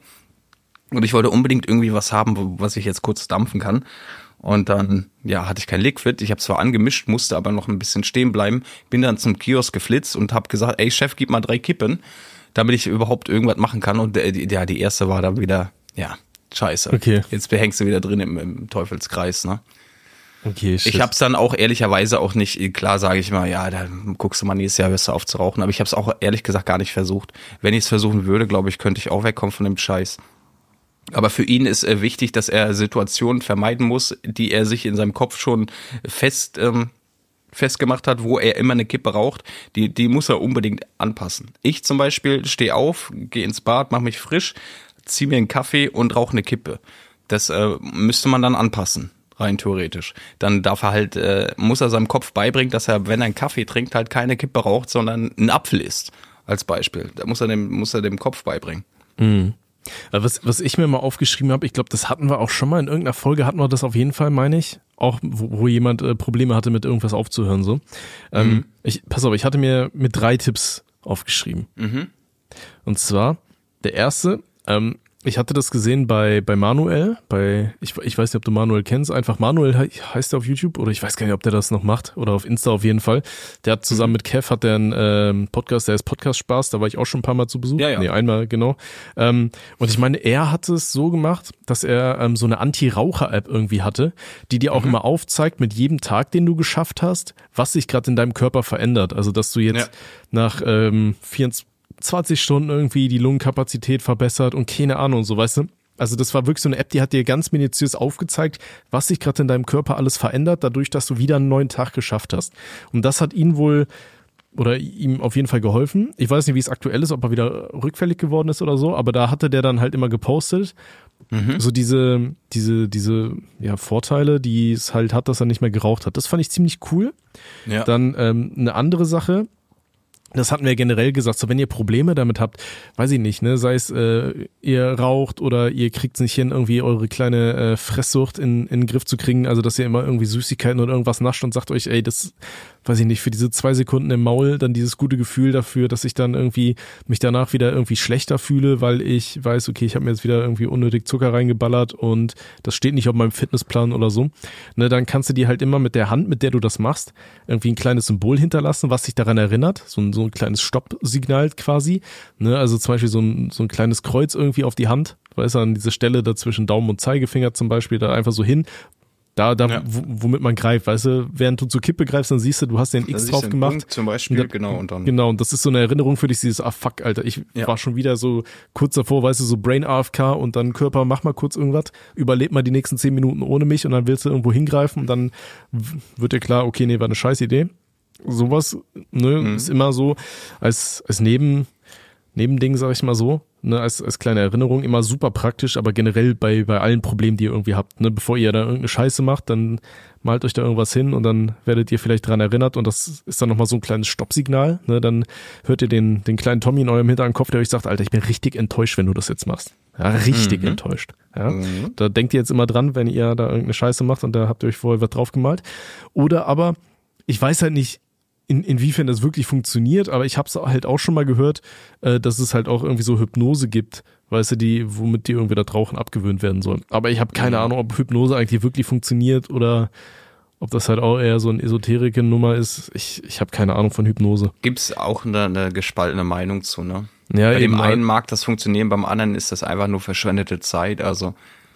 Und ich wollte unbedingt irgendwie was haben, was ich jetzt kurz dampfen kann. Und dann, ja, hatte ich kein Liquid. Ich habe zwar angemischt, musste aber noch ein bisschen stehen bleiben. Bin dann zum Kiosk geflitzt und habe gesagt, ey Chef, gib mal drei Kippen, damit ich überhaupt irgendwas machen kann. Und äh, die, ja, die erste war dann wieder, ja, scheiße. Okay. Jetzt hängst du wieder drin im, im Teufelskreis, ne? Okay, shit. Ich hab's dann auch ehrlicherweise auch nicht, klar sage ich mal, ja, da guckst du mal nächstes Jahr, wirst du auf zu rauchen, aber ich hab's auch ehrlich gesagt gar nicht versucht. Wenn ich es versuchen würde, glaube ich, könnte ich auch wegkommen von dem Scheiß. Aber für ihn ist äh, wichtig, dass er Situationen vermeiden muss, die er sich in seinem Kopf schon fest ähm, festgemacht hat, wo er immer eine Kippe raucht, die, die muss er unbedingt anpassen. Ich zum Beispiel stehe auf, gehe ins Bad, mache mich frisch, ziehe mir einen Kaffee und rauche eine Kippe. Das äh, müsste man dann anpassen. Rein theoretisch. Dann darf er halt, äh, muss er seinem Kopf beibringen, dass er, wenn er einen Kaffee trinkt, halt keine Kippe raucht, sondern einen Apfel isst, als Beispiel. Da muss er dem, muss er dem Kopf beibringen. Mhm. Was, was ich mir mal aufgeschrieben habe, ich glaube, das hatten wir auch schon mal, in irgendeiner Folge hatten wir das auf jeden Fall, meine ich, auch wo, wo jemand äh, Probleme hatte, mit irgendwas aufzuhören. So. Ähm, Mhm. ich, pass auf, ich hatte mir mit drei Tipps aufgeschrieben. Mhm. Und zwar, der erste, ähm, ich hatte das gesehen bei bei Manuel, bei ich, ich weiß nicht, ob du Manuel kennst, einfach Manuel he- heißt er auf YouTube oder ich weiß gar nicht, ob der das noch macht oder auf Insta auf jeden Fall. Der hat zusammen mit Kev hat der einen ähm, Podcast, der ist Podcast Spaß, da war ich auch schon ein paar Mal zu Besuch. Ja, ja. Nee, einmal, genau. Ähm, und ich meine, er hat es so gemacht, dass er ähm, so eine Anti-Raucher-App irgendwie hatte, die dir auch Mhm. immer aufzeigt, mit jedem Tag, den du geschafft hast, was sich gerade in deinem Körper verändert. Also, dass du jetzt Ja. nach ähm, vierundzwanzig zwanzig Stunden irgendwie die Lungenkapazität verbessert und keine Ahnung, so, weißt du? Also das war wirklich so eine App, die hat dir ganz minutiös aufgezeigt, was sich gerade in deinem Körper alles verändert, dadurch, dass du wieder einen neuen Tag geschafft hast. Und das hat ihn wohl oder ihm auf jeden Fall geholfen. Ich weiß nicht, wie es aktuell ist, ob er wieder rückfällig geworden ist oder so, aber da hatte der dann halt immer gepostet, Mhm. so diese, diese, diese ja, Vorteile, die es halt hat, dass er nicht mehr geraucht hat. Das fand ich ziemlich cool. Ja. Dann ähm, eine andere Sache, das hatten wir generell gesagt, so wenn ihr Probleme damit habt, weiß ich nicht, ne, sei es äh, ihr raucht oder ihr kriegt es nicht hin, irgendwie eure kleine äh, Fresssucht in, in den Griff zu kriegen, also dass ihr immer irgendwie Süßigkeiten oder irgendwas nascht und sagt euch, ey, das, weiß ich nicht, für diese zwei Sekunden im Maul dann dieses gute Gefühl dafür, dass ich dann irgendwie mich danach wieder irgendwie schlechter fühle, weil ich weiß, okay, ich habe mir jetzt wieder irgendwie unnötig Zucker reingeballert und das steht nicht auf meinem Fitnessplan oder so, ne, dann kannst du dir halt immer mit der Hand, mit der du das machst, irgendwie ein kleines Symbol hinterlassen, was dich daran erinnert, so ein, so ein kleines Stoppsignal quasi, ne, also zum Beispiel so ein, so ein kleines Kreuz irgendwie auf die Hand, weißt du, an diese Stelle da zwischen Daumen und Zeigefinger zum Beispiel, da einfach so hin, da, da, Ja. w- womit man greift, weißt du, während du zur Kippe greifst, dann siehst du, du hast den Da X siehst drauf du einen gemacht. Punkt zum Beispiel, Und dann- genau, und dann. Genau, und das ist so eine Erinnerung für dich, dieses, ah fuck, Alter, ich Ja. war schon wieder so kurz davor, weißt du, so Brain A F K und dann Körper, mach mal kurz irgendwas, überleb mal die nächsten zehn Minuten ohne mich und dann willst du irgendwo hingreifen und dann w- wird dir klar, okay, nee, war eine scheiß Idee. Sowas, ne, Mhm. ist immer so als, als Neben, Nebending, sag ich mal so, ne, als, als kleine Erinnerung, immer super praktisch, aber generell bei, bei allen Problemen, die ihr irgendwie habt, ne, bevor ihr da irgendeine Scheiße macht, dann malt euch da irgendwas hin und dann werdet ihr vielleicht dran erinnert und das ist dann nochmal so ein kleines Stoppsignal, ne, dann hört ihr den, den kleinen Tommy in eurem hinteren Kopf, der euch sagt, Alter, ich bin richtig enttäuscht, wenn du das jetzt machst. Ja, richtig Mhm. enttäuscht. Ja, Mhm. da denkt ihr jetzt immer dran, wenn ihr da irgendeine Scheiße macht und da habt ihr euch vorher was drauf gemalt. Oder aber, ich weiß halt nicht, in, inwiefern das wirklich funktioniert, aber ich habe es halt auch schon mal gehört, äh, dass es halt auch irgendwie so Hypnose gibt, weißt du, die, womit die irgendwie das Rauchen abgewöhnt werden soll. Aber ich habe keine Mhm. Ahnung, ob Hypnose eigentlich wirklich funktioniert oder ob das halt auch eher so eine Esoterik-Nummer ist. Ich, ich habe keine Ahnung von Hypnose. Gibt's auch eine, eine gespaltene Meinung zu, ne? Ja, Bei dem eben einen mag das funktionieren, beim anderen ist das einfach nur verschwendete Zeit. Also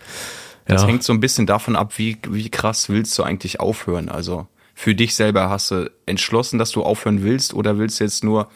das ja. hängt so ein bisschen davon ab, wie, wie krass willst du eigentlich aufhören. Also für dich selber hast du entschlossen, dass du aufhören willst oder willst du jetzt nur,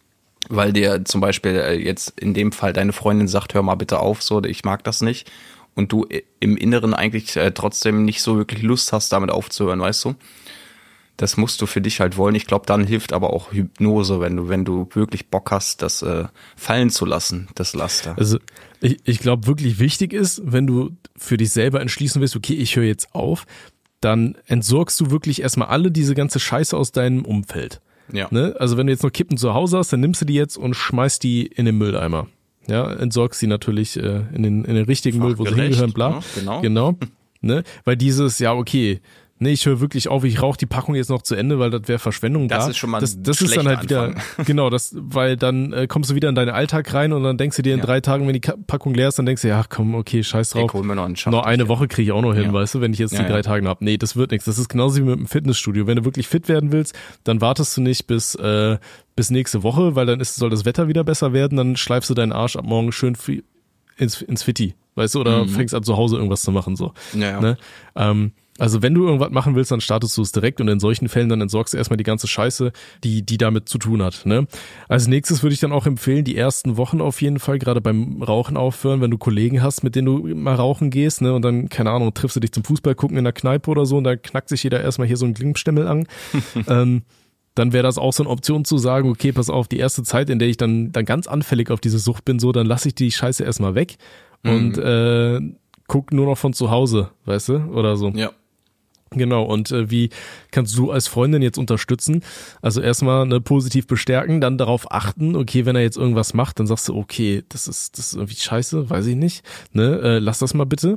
weil dir zum Beispiel äh, jetzt in dem Fall deine Freundin sagt, hör mal bitte auf, so, ich mag das nicht. Und du im Inneren eigentlich äh, trotzdem nicht so wirklich Lust hast, damit aufzuhören, weißt du? das musst du für dich halt wollen. Ich glaube, dann hilft aber auch Hypnose, wenn du, wenn du wirklich Bock hast, das äh, fallen zu lassen, das Laster. Also ich, ich glaube, wirklich wichtig ist, wenn du für dich selber entschließen willst, okay, ich höre jetzt auf, dann entsorgst du wirklich erstmal alle diese ganze Scheiße aus deinem Umfeld. Ja. Ne? Also wenn du jetzt noch Kippen zu Hause hast, dann nimmst du die jetzt und schmeißt die in den Mülleimer. Ja, entsorgst sie natürlich äh, in den in den richtigen Müll, wo sie hingehören, bla. Ne? Genau. Genau. Ne? Weil dieses, ja, okay, nee, ich höre wirklich auf, ich rauche die Packung jetzt noch zu Ende, weil das wäre Verschwendung. Das da. ist schon mal das, ein das ist dann halt Anfang. wieder, genau, das, weil dann äh, kommst du wieder in deinen Alltag rein und dann denkst du dir in Ja. drei Tagen, wenn die Ka- Packung leer ist, dann denkst du, ja, komm, okay, scheiß drauf. Ich hol mir noch einen Schacht. Noch eine Woche kriege ich auch noch hin, Ja. weißt du, wenn ich jetzt Ja, die drei ja. Tage habe. Nee, das wird nichts. Das ist genauso wie mit dem Fitnessstudio. Wenn du wirklich fit werden willst, dann wartest du nicht bis äh, bis nächste Woche, weil dann ist, soll das Wetter wieder besser werden, dann schleifst du deinen Arsch ab morgen schön fi- ins, ins Fitti, weißt du, oder Mhm. fängst an zu Hause irgendwas zu machen, so. Ja, ja. Ne? Ähm, also wenn du irgendwas machen willst, dann startest du es direkt und in solchen Fällen dann entsorgst du erstmal die ganze Scheiße, die die damit zu tun hat. Ne? Als nächstes würde ich dann auch empfehlen, die ersten Wochen auf jeden Fall, gerade beim Rauchen aufhören, wenn du Kollegen hast, mit denen du mal rauchen gehst, ne, und dann, keine Ahnung, triffst du dich zum Fußball gucken in der Kneipe oder so und da knackt sich jeder erstmal hier so einen Glimmstämmel an. ähm, dann wäre das auch so eine Option zu sagen, okay, pass auf, die erste Zeit, in der ich dann, dann ganz anfällig auf diese Sucht bin, so, dann lasse ich die Scheiße erstmal weg und Mhm. äh, guck nur noch von zu Hause, weißt du, oder so. Ja. Genau, und äh, wie kannst du als Freundin jetzt unterstützen? Also erstmal ne, positiv bestärken, dann darauf achten, okay, wenn er jetzt irgendwas macht, dann sagst du, okay, das ist das ist irgendwie scheiße, weiß ich nicht, ne, äh, lass das mal bitte.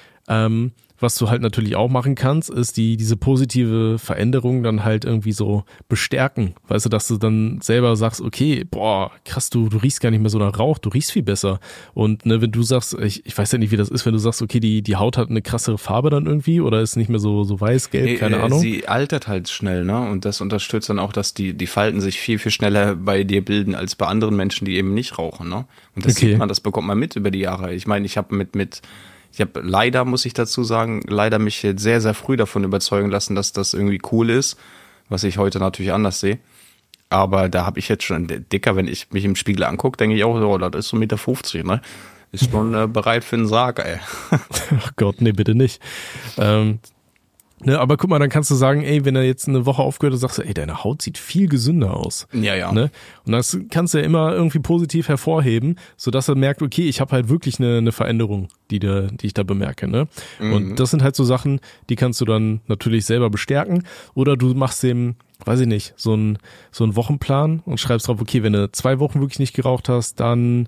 Ähm, was du halt natürlich auch machen kannst, ist die diese positive Veränderung dann halt irgendwie so bestärken. Weißt du, dass du dann selber sagst, okay, boah, krass, du du riechst gar nicht mehr so nach Rauch, du riechst viel besser. Und ne, wenn du sagst, ich, ich weiß ja nicht, wie das ist, wenn du sagst, okay, die die Haut hat eine krassere Farbe dann irgendwie oder ist nicht mehr so so weiß, gelb, Nee, keine äh, Ahnung. Sie altert halt schnell, ne? Und das unterstützt dann auch, dass die, die Falten sich viel, viel schneller bei dir bilden als bei anderen Menschen, die eben nicht rauchen, ne? Und das Okay. sieht man, das bekommt man mit über die Jahre. Ich meine, ich habe mit, mit, ich habe leider, muss ich dazu sagen, leider mich jetzt sehr, sehr früh davon überzeugen lassen, dass das irgendwie cool ist, was ich heute natürlich anders sehe. Aber da habe ich jetzt schon, dicker, wenn ich mich im Spiegel angucke, denke ich auch, oh, das ist so eins Komma fünfzig Meter, ne? Ist schon äh, bereit für einen Sarg, ey. Ach Gott, nee, bitte nicht. Ähm, ne, aber guck mal, dann kannst du sagen, ey, wenn er jetzt eine Woche aufgehört hat, sagst du, ey, deine Haut sieht viel gesünder aus. Ja, ja. Ne? Und das kannst du ja immer irgendwie positiv hervorheben, sodass er merkt, okay, ich habe halt wirklich eine, eine Veränderung, die, da, die ich da bemerke. Ne? Mhm. Und das sind halt so Sachen, die kannst du dann natürlich selber bestärken. Oder du machst dem, weiß ich nicht, so einen so einen Wochenplan und schreibst drauf, okay, wenn du zwei Wochen wirklich nicht geraucht hast, dann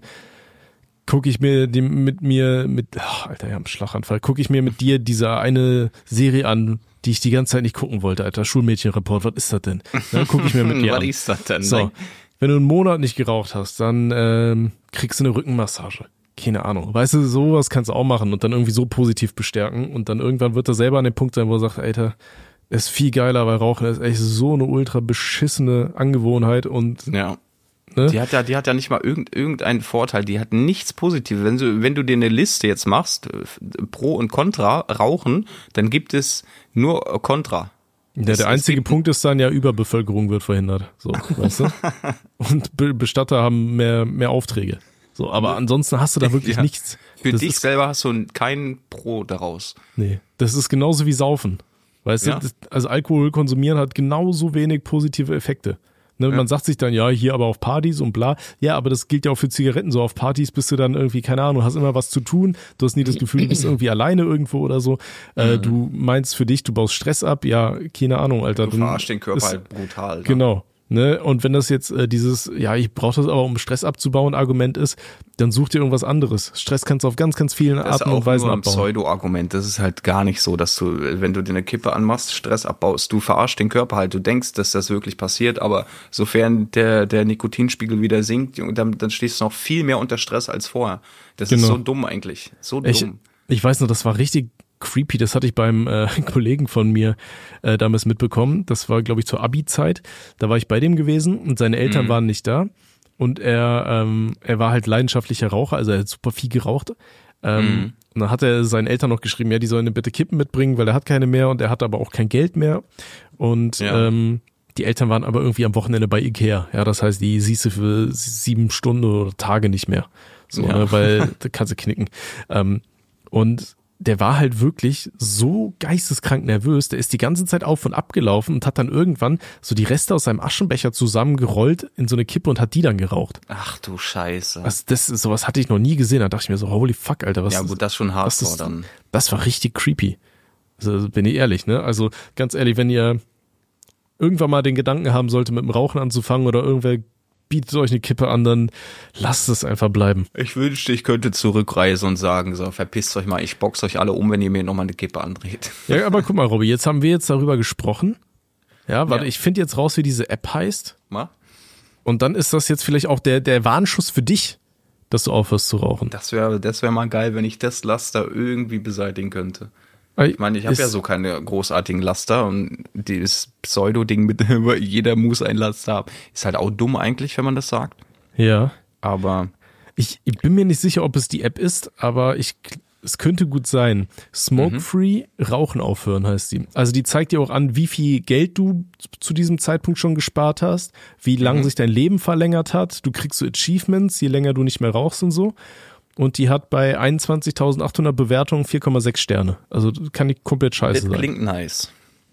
gucke ich mir die, mit mir, mit, ach, Alter, ja, am Schlaganfall, gucke ich mir mit dir diese eine Serie an, die ich die ganze Zeit nicht gucken wollte, Alter, Schulmädchenreport, was ist das denn? Dann gucke ich mir mit dir Was an. ist das denn? So, Nein. wenn du einen Monat nicht geraucht hast, dann ähm, kriegst du eine Rückenmassage. Keine Ahnung. Weißt du, sowas kannst du auch machen und dann irgendwie so positiv bestärken und dann irgendwann wird er selber an dem Punkt sein, wo er sagt, Alter, ist viel geiler, weil Rauchen ist echt so eine ultra beschissene Angewohnheit und Ja. ne? Die hat ja, die hat ja nicht mal irgend, irgendeinen Vorteil. Die hat nichts Positives. Wenn du, wenn du dir eine Liste jetzt machst, Pro und Contra, Rauchen, dann gibt es nur Contra. Ja, Es- der es einzige gibt- Punkt ist dann ja, Überbevölkerung wird verhindert. So, weißt du? Und Be Bestatter haben mehr, mehr Aufträge. So, aber ansonsten hast du da wirklich Ja. nichts. Für das dich ist, selber hast du kein Pro daraus. nee, das ist genauso wie Saufen. Weißt Ja. du, das, also Alkohol konsumieren hat genauso wenig positive Effekte. Ne, Ja. Man sagt sich dann, ja, hier aber auf Partys und bla. Ja, aber das gilt ja auch für Zigaretten. So auf Partys bist du dann irgendwie, keine Ahnung, hast immer was zu tun. Du hast nie das Gefühl, du bist irgendwie alleine irgendwo oder so. Äh, du meinst für dich, du baust Stress ab. Ja, keine Ahnung, Alter. Du dann verarschst den Körper ist- halt brutal. Ne? Genau. Ne? Und wenn das jetzt äh, dieses, ja, ich brauche das aber, um Stress abzubauen, Argument ist, dann such dir irgendwas anderes. Stress kannst du auf ganz, ganz vielen Das ist Arten und auch Weisen nur ein abbauen. Pseudo-Argument. Das ist halt gar nicht so, dass du, wenn du dir eine Kippe anmachst, Stress abbaust. Du verarschst den Körper halt. Du denkst, dass das wirklich passiert, aber sofern der, der Nikotinspiegel wieder sinkt, dann, dann stehst du noch viel mehr unter Stress als vorher. Das ist Genau. so dumm eigentlich. So dumm. Ich, ich weiß noch, das war richtig creepy. Das hatte ich beim äh, Kollegen von mir äh, damals mitbekommen. Das war, glaube ich, zur Abi-Zeit. Da war ich bei dem gewesen und seine Eltern Mhm. waren nicht da. Und er, ähm, er war halt leidenschaftlicher Raucher, also er hat super viel geraucht. Ähm, Mhm. Und dann hat er seinen Eltern noch geschrieben, ja, die sollen bitte Kippen mitbringen, weil er hat keine mehr und er hat aber auch kein Geld mehr. Und Ja. ähm, die Eltern waren aber irgendwie am Wochenende bei Ikea. Ja, das heißt, die siehst du für sieben Stunden oder Tage nicht mehr. So, Ja. ne, weil da kannst du knicken. Ähm, und der war halt wirklich so geisteskrank nervös, der ist die ganze Zeit auf und ab gelaufen und hat dann irgendwann so die Reste aus seinem Aschenbecher zusammengerollt in so eine Kippe und hat die dann geraucht. Ach du Scheiße. Also das, sowas hatte ich noch nie gesehen, da dachte ich mir so, holy fuck, Alter, was Ja gut, das ist schon hardcore dann. Das war richtig creepy. Also bin ich ehrlich, ne? Also ganz ehrlich, wenn ihr irgendwann mal den Gedanken haben sollte, mit dem Rauchen anzufangen oder irgendwer bietet euch eine Kippe an, dann lasst es einfach bleiben. Ich wünschte, ich könnte zurückreisen und sagen, so, verpisst euch mal, ich box euch alle um, wenn ihr mir nochmal eine Kippe andreht. Ja, aber guck mal, Robby, jetzt haben wir jetzt darüber gesprochen. Ja, warte, Ja. ich finde jetzt raus, wie diese App heißt. Mal? Und dann ist das jetzt vielleicht auch der, der Warnschuss für dich, dass du aufhörst zu rauchen. Das wäre das wär mal geil, wenn ich das Laster irgendwie beseitigen könnte. Ich meine, ich habe Ist- ja so keine großartigen Laster und dieses Pseudo-Ding mit jeder muss ein Laster haben. Ist halt auch dumm eigentlich, wenn man das sagt. Ja. Aber Ich, ich bin mir nicht sicher, ob es die App ist, aber ich, es könnte gut sein. Smoke-free, Rauchen aufhören heißt die. Also die zeigt dir auch an, wie viel Geld du zu diesem Zeitpunkt schon gespart hast, wie lang sich dein Leben verlängert hat. Du kriegst so Achievements, je länger du nicht mehr rauchst und so. Und die hat bei einundzwanzigtausendachthundert Bewertungen vier Komma sechs Sterne. Also das kann nicht komplett scheiße das sein. klingt nice.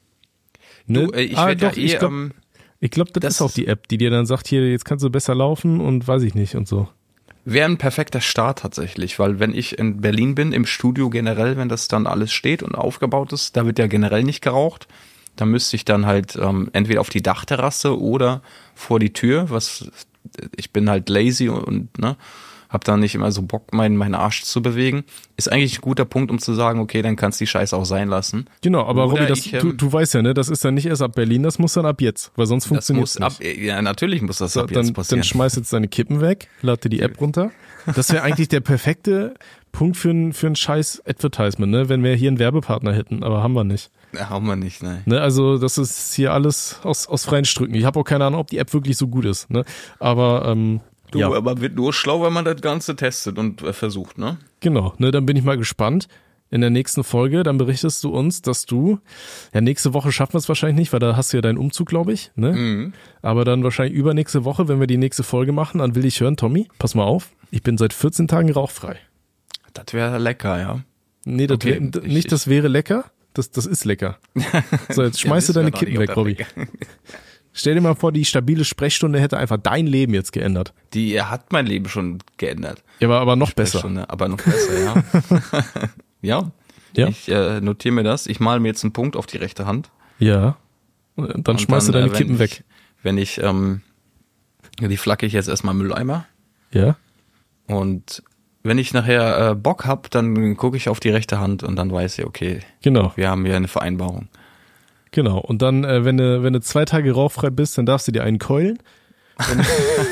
Ne? Du, äh, ich Ah, werde ja doch, eh, ich glaube, ähm, glaub, das, das ist auch die App, die dir dann sagt, hier, jetzt kannst du besser laufen und weiß ich nicht und so. wäre ein perfekter Start tatsächlich, weil wenn ich in Berlin bin, im Studio generell, wenn das dann alles steht und aufgebaut ist, da wird ja generell nicht geraucht, da müsste ich dann halt ähm, entweder auf die Dachterrasse oder vor die Tür, was ich bin halt lazy und, und ne, hab da nicht immer so Bock, meinen, meinen Arsch zu bewegen. Ist eigentlich ein guter Punkt, um zu sagen, okay, dann kannst du die Scheiße auch sein lassen. Genau, aber Oder Robby, das, ich, du, ähm, du weißt ja, ne, das ist dann nicht erst ab Berlin, das muss dann ab jetzt, weil sonst Das funktioniert muss es ab, nicht. ja, natürlich muss das So, ab dann, jetzt passieren. dann schmeiß jetzt deine Kippen weg, lad dir die App runter. Das wäre eigentlich der perfekte Punkt für ein, für ein scheiß Advertisement, ne, wenn wir hier einen Werbepartner hätten, aber haben wir nicht. Ja, haben wir nicht, ne. Ne, also das ist hier alles aus, aus freien Stücken. Ich habe auch keine Ahnung, ob die App wirklich so gut ist, ne, aber ähm, Du, ja. aber wird nur schlau, wenn man das Ganze testet und äh, versucht, ne? Genau, ne, dann bin ich mal gespannt. In der nächsten Folge, dann berichtest du uns, dass du, ja, nächste Woche schaffen wir es wahrscheinlich nicht, weil da hast du ja deinen Umzug, glaube ich, ne? Mhm. Aber dann wahrscheinlich übernächste Woche, wenn wir die nächste Folge machen, dann will ich hören, Tommy, pass mal auf, ich bin seit vierzehn Tagen rauchfrei. Das wäre lecker, ja. Nee, das Okay, wär, d- ich- nicht, das wäre lecker, das, das ist lecker. So, jetzt schmeißt du Ja, deine wissen wir noch Kippen nicht, weg, ob Robby. das lecker- Stell dir mal vor, die stabile Sprechstunde hätte einfach dein Leben jetzt geändert. Die hat mein Leben schon geändert. Ja, aber, aber noch besser. Schon, ne? Aber noch besser, ja. ja. Ja. Ich äh, notiere mir das. Ich male mir jetzt einen Punkt auf die rechte Hand. Ja. Und dann Und schmeißt du dann, deine äh, wenn Kippen ich, weg. Wenn ich, ähm, die flacke ich jetzt erstmal Mülleimer. Ja. Und wenn ich nachher äh, Bock hab, dann gucke ich auf die rechte Hand und dann weiß ich, okay, Genau. wir haben hier eine Vereinbarung. Genau. Und dann, äh, wenn du, wenn du zwei Tage rauchfrei bist, dann darfst du dir einen keulen. Und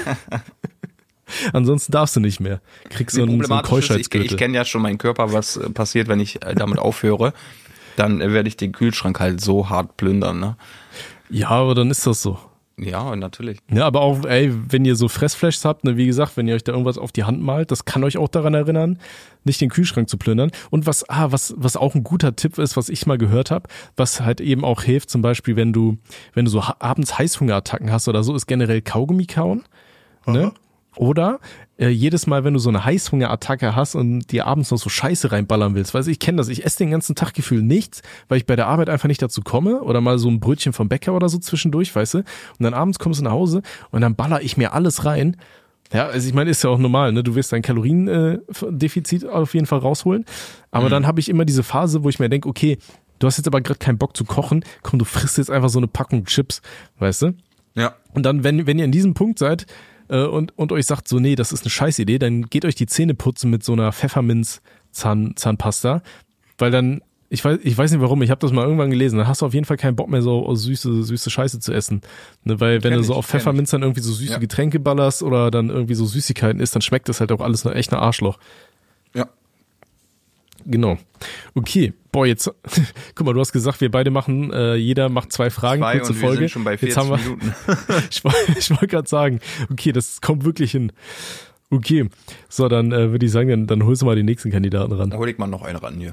ansonsten darfst du nicht mehr. Kriegst so einen, so einen Problematisch ist, ich, Keuschheitsgürtel. ich kenne ja schon meinen Körper, was äh, passiert, wenn ich äh, damit aufhöre. Dann äh, werde ich den Kühlschrank halt so hart plündern, ne? Ja, aber dann ist das so. Ja, natürlich. Ja, aber auch, ey, wenn ihr so Fressflashs habt, ne, wie gesagt, wenn ihr euch da irgendwas auf die Hand malt, das kann euch auch daran erinnern, nicht den Kühlschrank zu plündern. Und was, ah, was, was auch ein guter Tipp ist, was ich mal gehört habe, was halt eben auch hilft, zum Beispiel, wenn du, wenn du so ha- abends Heißhungerattacken hast oder so, ist generell Kaugummi kauen. Ne? Oder äh, jedes Mal, wenn du so eine Heißhungerattacke hast und dir abends noch so Scheiße reinballern willst, weißt du, ich kenne das, ich esse den ganzen Tag gefühlt nichts, weil ich bei der Arbeit einfach nicht dazu komme oder mal so ein Brötchen vom Bäcker oder so zwischendurch, weißt du, und dann abends kommst du nach Hause und dann baller ich mir alles rein. Ja, also ich meine, ist ja auch normal, ne? Du wirst dein Kaloriendefizit auf jeden Fall rausholen, aber Mhm. dann habe ich immer diese Phase, wo ich mir denke, okay, du hast jetzt aber gerade keinen Bock zu kochen, komm, du frisst jetzt einfach so eine Packung Chips, weißt du? Ja. Und dann, wenn, wenn ihr in diesem Punkt seid äh, und, und euch sagt, so, nee, das ist eine Scheißidee, dann geht euch die Zähne putzen mit so einer Pfefferminz-Zahnpasta, weil dann, ich weiß, ich weiß nicht warum, ich habe das mal irgendwann gelesen, dann hast du auf jeden Fall keinen Bock mehr, so süße, süße Scheiße zu essen. Ne, weil wenn Kenn du so ich, auf kenn Pfefferminz dann irgendwie so süße Ja. Getränke ballerst oder dann irgendwie so Süßigkeiten isst, dann schmeckt das halt auch alles noch echt ein Arschloch. Ja. Genau. Okay, boah, jetzt, guck mal, du hast gesagt, wir beide machen, äh, jeder macht zwei Fragen, Zwei kurze und wir Folge. sind schon bei Jetzt vierzig haben wir, Minuten. ich wollte ich wollte gerade sagen, okay, das kommt wirklich hin. Okay, so, dann äh, würde ich sagen, dann, dann holst du mal die nächsten Kandidaten ran. Da hol ich mal noch einen ran hier.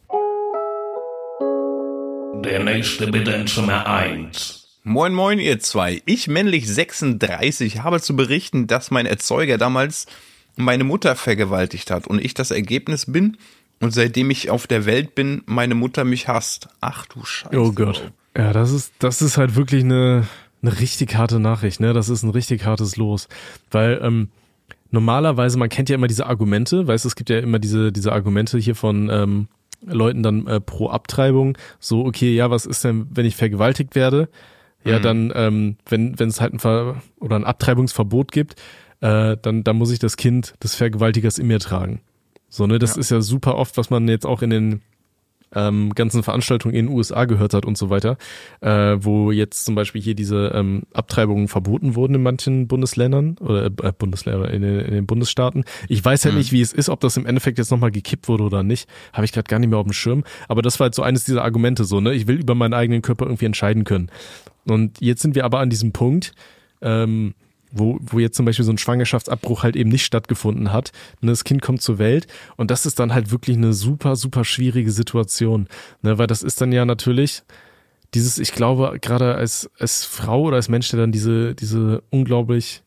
Der nächste bitte in Zimmer eins. Moin moin ihr zwei. Ich, männlich sechsunddreißig, habe zu berichten, dass mein Erzeuger damals meine Mutter vergewaltigt hat und ich das Ergebnis bin Und seitdem ich auf der Welt bin, meine Mutter mich hasst. Ach du Scheiße. Oh Gott. Ja, das ist, das ist halt wirklich eine, eine richtig harte Nachricht, ne? Das ist ein richtig hartes Los. Weil, ähm, normalerweise, man kennt ja immer diese Argumente, weißt du, es gibt ja immer diese, diese Argumente hier von, ähm, Leuten dann äh, pro Abtreibung, so, okay, ja, was ist denn, wenn ich vergewaltigt werde? Ja, mhm. dann, ähm, wenn wenn es halt ein Ver- oder ein Abtreibungsverbot gibt, äh, dann, dann muss ich das Kind des Vergewaltigers in mir tragen. So, ne, das ja. ist ja super oft, was man jetzt auch in den ähm, ganzen Veranstaltungen in den U S A gehört hat und so weiter, äh, wo jetzt zum Beispiel hier diese ähm, Abtreibungen verboten wurden in manchen Bundesländern oder äh, Bundesländer in den, in den Bundesstaaten. Ich weiß halt mhm. nicht, wie es ist, ob das im Endeffekt jetzt nochmal gekippt wurde oder nicht. Habe ich gerade gar nicht mehr auf dem Schirm. Aber das war halt so eines dieser Argumente so, ne? Ich will über meinen eigenen Körper irgendwie entscheiden können. Und jetzt sind wir aber an diesem Punkt, ähm, wo wo jetzt zum Beispiel so ein Schwangerschaftsabbruch halt eben nicht stattgefunden hat. Ne, das Kind kommt zur Welt und das ist dann halt wirklich eine super, super schwierige Situation. Ne, weil das ist dann ja natürlich dieses, ich glaube, gerade als als Frau oder als Mensch, der dann diese diese unglaublich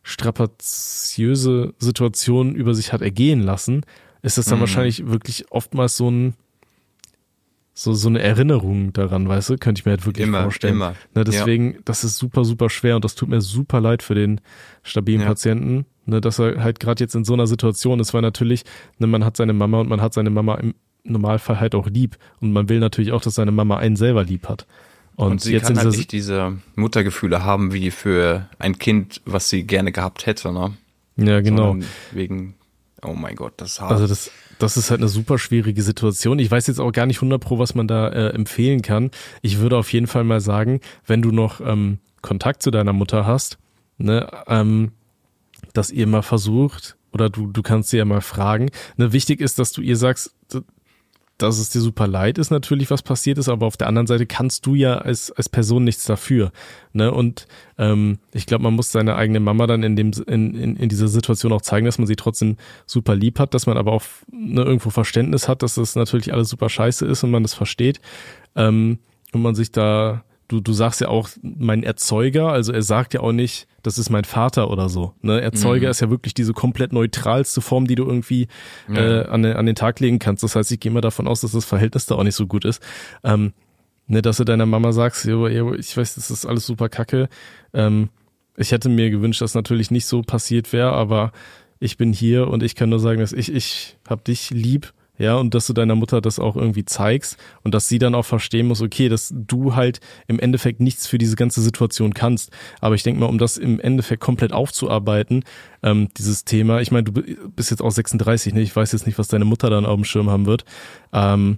strapaziöse Situation über sich hat ergehen lassen, ist das dann mhm. wahrscheinlich wirklich oftmals so ein So, so eine Erinnerung daran, weißt du, könnte ich mir halt wirklich immer, vorstellen. Immer. Ne, deswegen, ja. das ist super, super schwer und das tut mir super leid für den stabilen ja. Patienten, ne, dass er halt gerade jetzt in so einer Situation ist, weil natürlich, ne, man hat seine Mama und man hat seine Mama im Normalfall halt auch lieb und man will natürlich auch, dass seine Mama einen selber lieb hat. Und, und sie jetzt kann halt nicht diese Muttergefühle haben wie für ein Kind, was sie gerne gehabt hätte, ne? Ja, genau. Sondern wegen, oh mein Gott, das ist hart. Also das Das ist halt eine super schwierige Situation. Ich weiß jetzt auch gar nicht hundert Pro, was man da äh, empfehlen kann. Ich würde auf jeden Fall mal sagen, wenn du noch ähm, Kontakt zu deiner Mutter hast, ne, ähm, dass ihr mal versucht, oder du du kannst sie ja mal fragen. Ne, wichtig ist, dass du ihr sagst, dass es dir super leid ist natürlich, was passiert ist, aber auf der anderen Seite kannst du ja als als Person nichts dafür, ne? Und ähm, ich glaube, man muss seine eigene Mama dann in dem in, in in dieser Situation auch zeigen, dass man sie trotzdem super lieb hat, dass man aber auch ne, irgendwo Verständnis hat, dass das natürlich alles super scheiße ist und man das versteht ähm, und man sich da Du, du sagst ja auch, mein Erzeuger, also er sagt ja auch nicht, das ist mein Vater oder so. Ne? Erzeuger mhm. ist ja wirklich diese komplett neutralste Form, die du irgendwie ja. äh, an, den, an den Tag legen kannst. Das heißt, ich gehe mal davon aus, dass das Verhältnis da auch nicht so gut ist. Ähm, ne, dass du deiner Mama sagst, jo, jo, ich weiß, das ist alles super kacke. Ähm, ich hätte mir gewünscht, dass natürlich nicht so passiert wäre, aber ich bin hier und ich kann nur sagen, dass ich, ich hab dich lieb. Ja, und dass du deiner Mutter das auch irgendwie zeigst und dass sie dann auch verstehen muss, okay, dass du halt im Endeffekt nichts für diese ganze Situation kannst. Aber ich denke mal, um das im Endeffekt komplett aufzuarbeiten, ähm, dieses Thema, ich meine, du bist jetzt auch sechsunddreißig, ne? Ich weiß jetzt nicht, was deine Mutter dann auf dem Schirm haben wird. Ähm,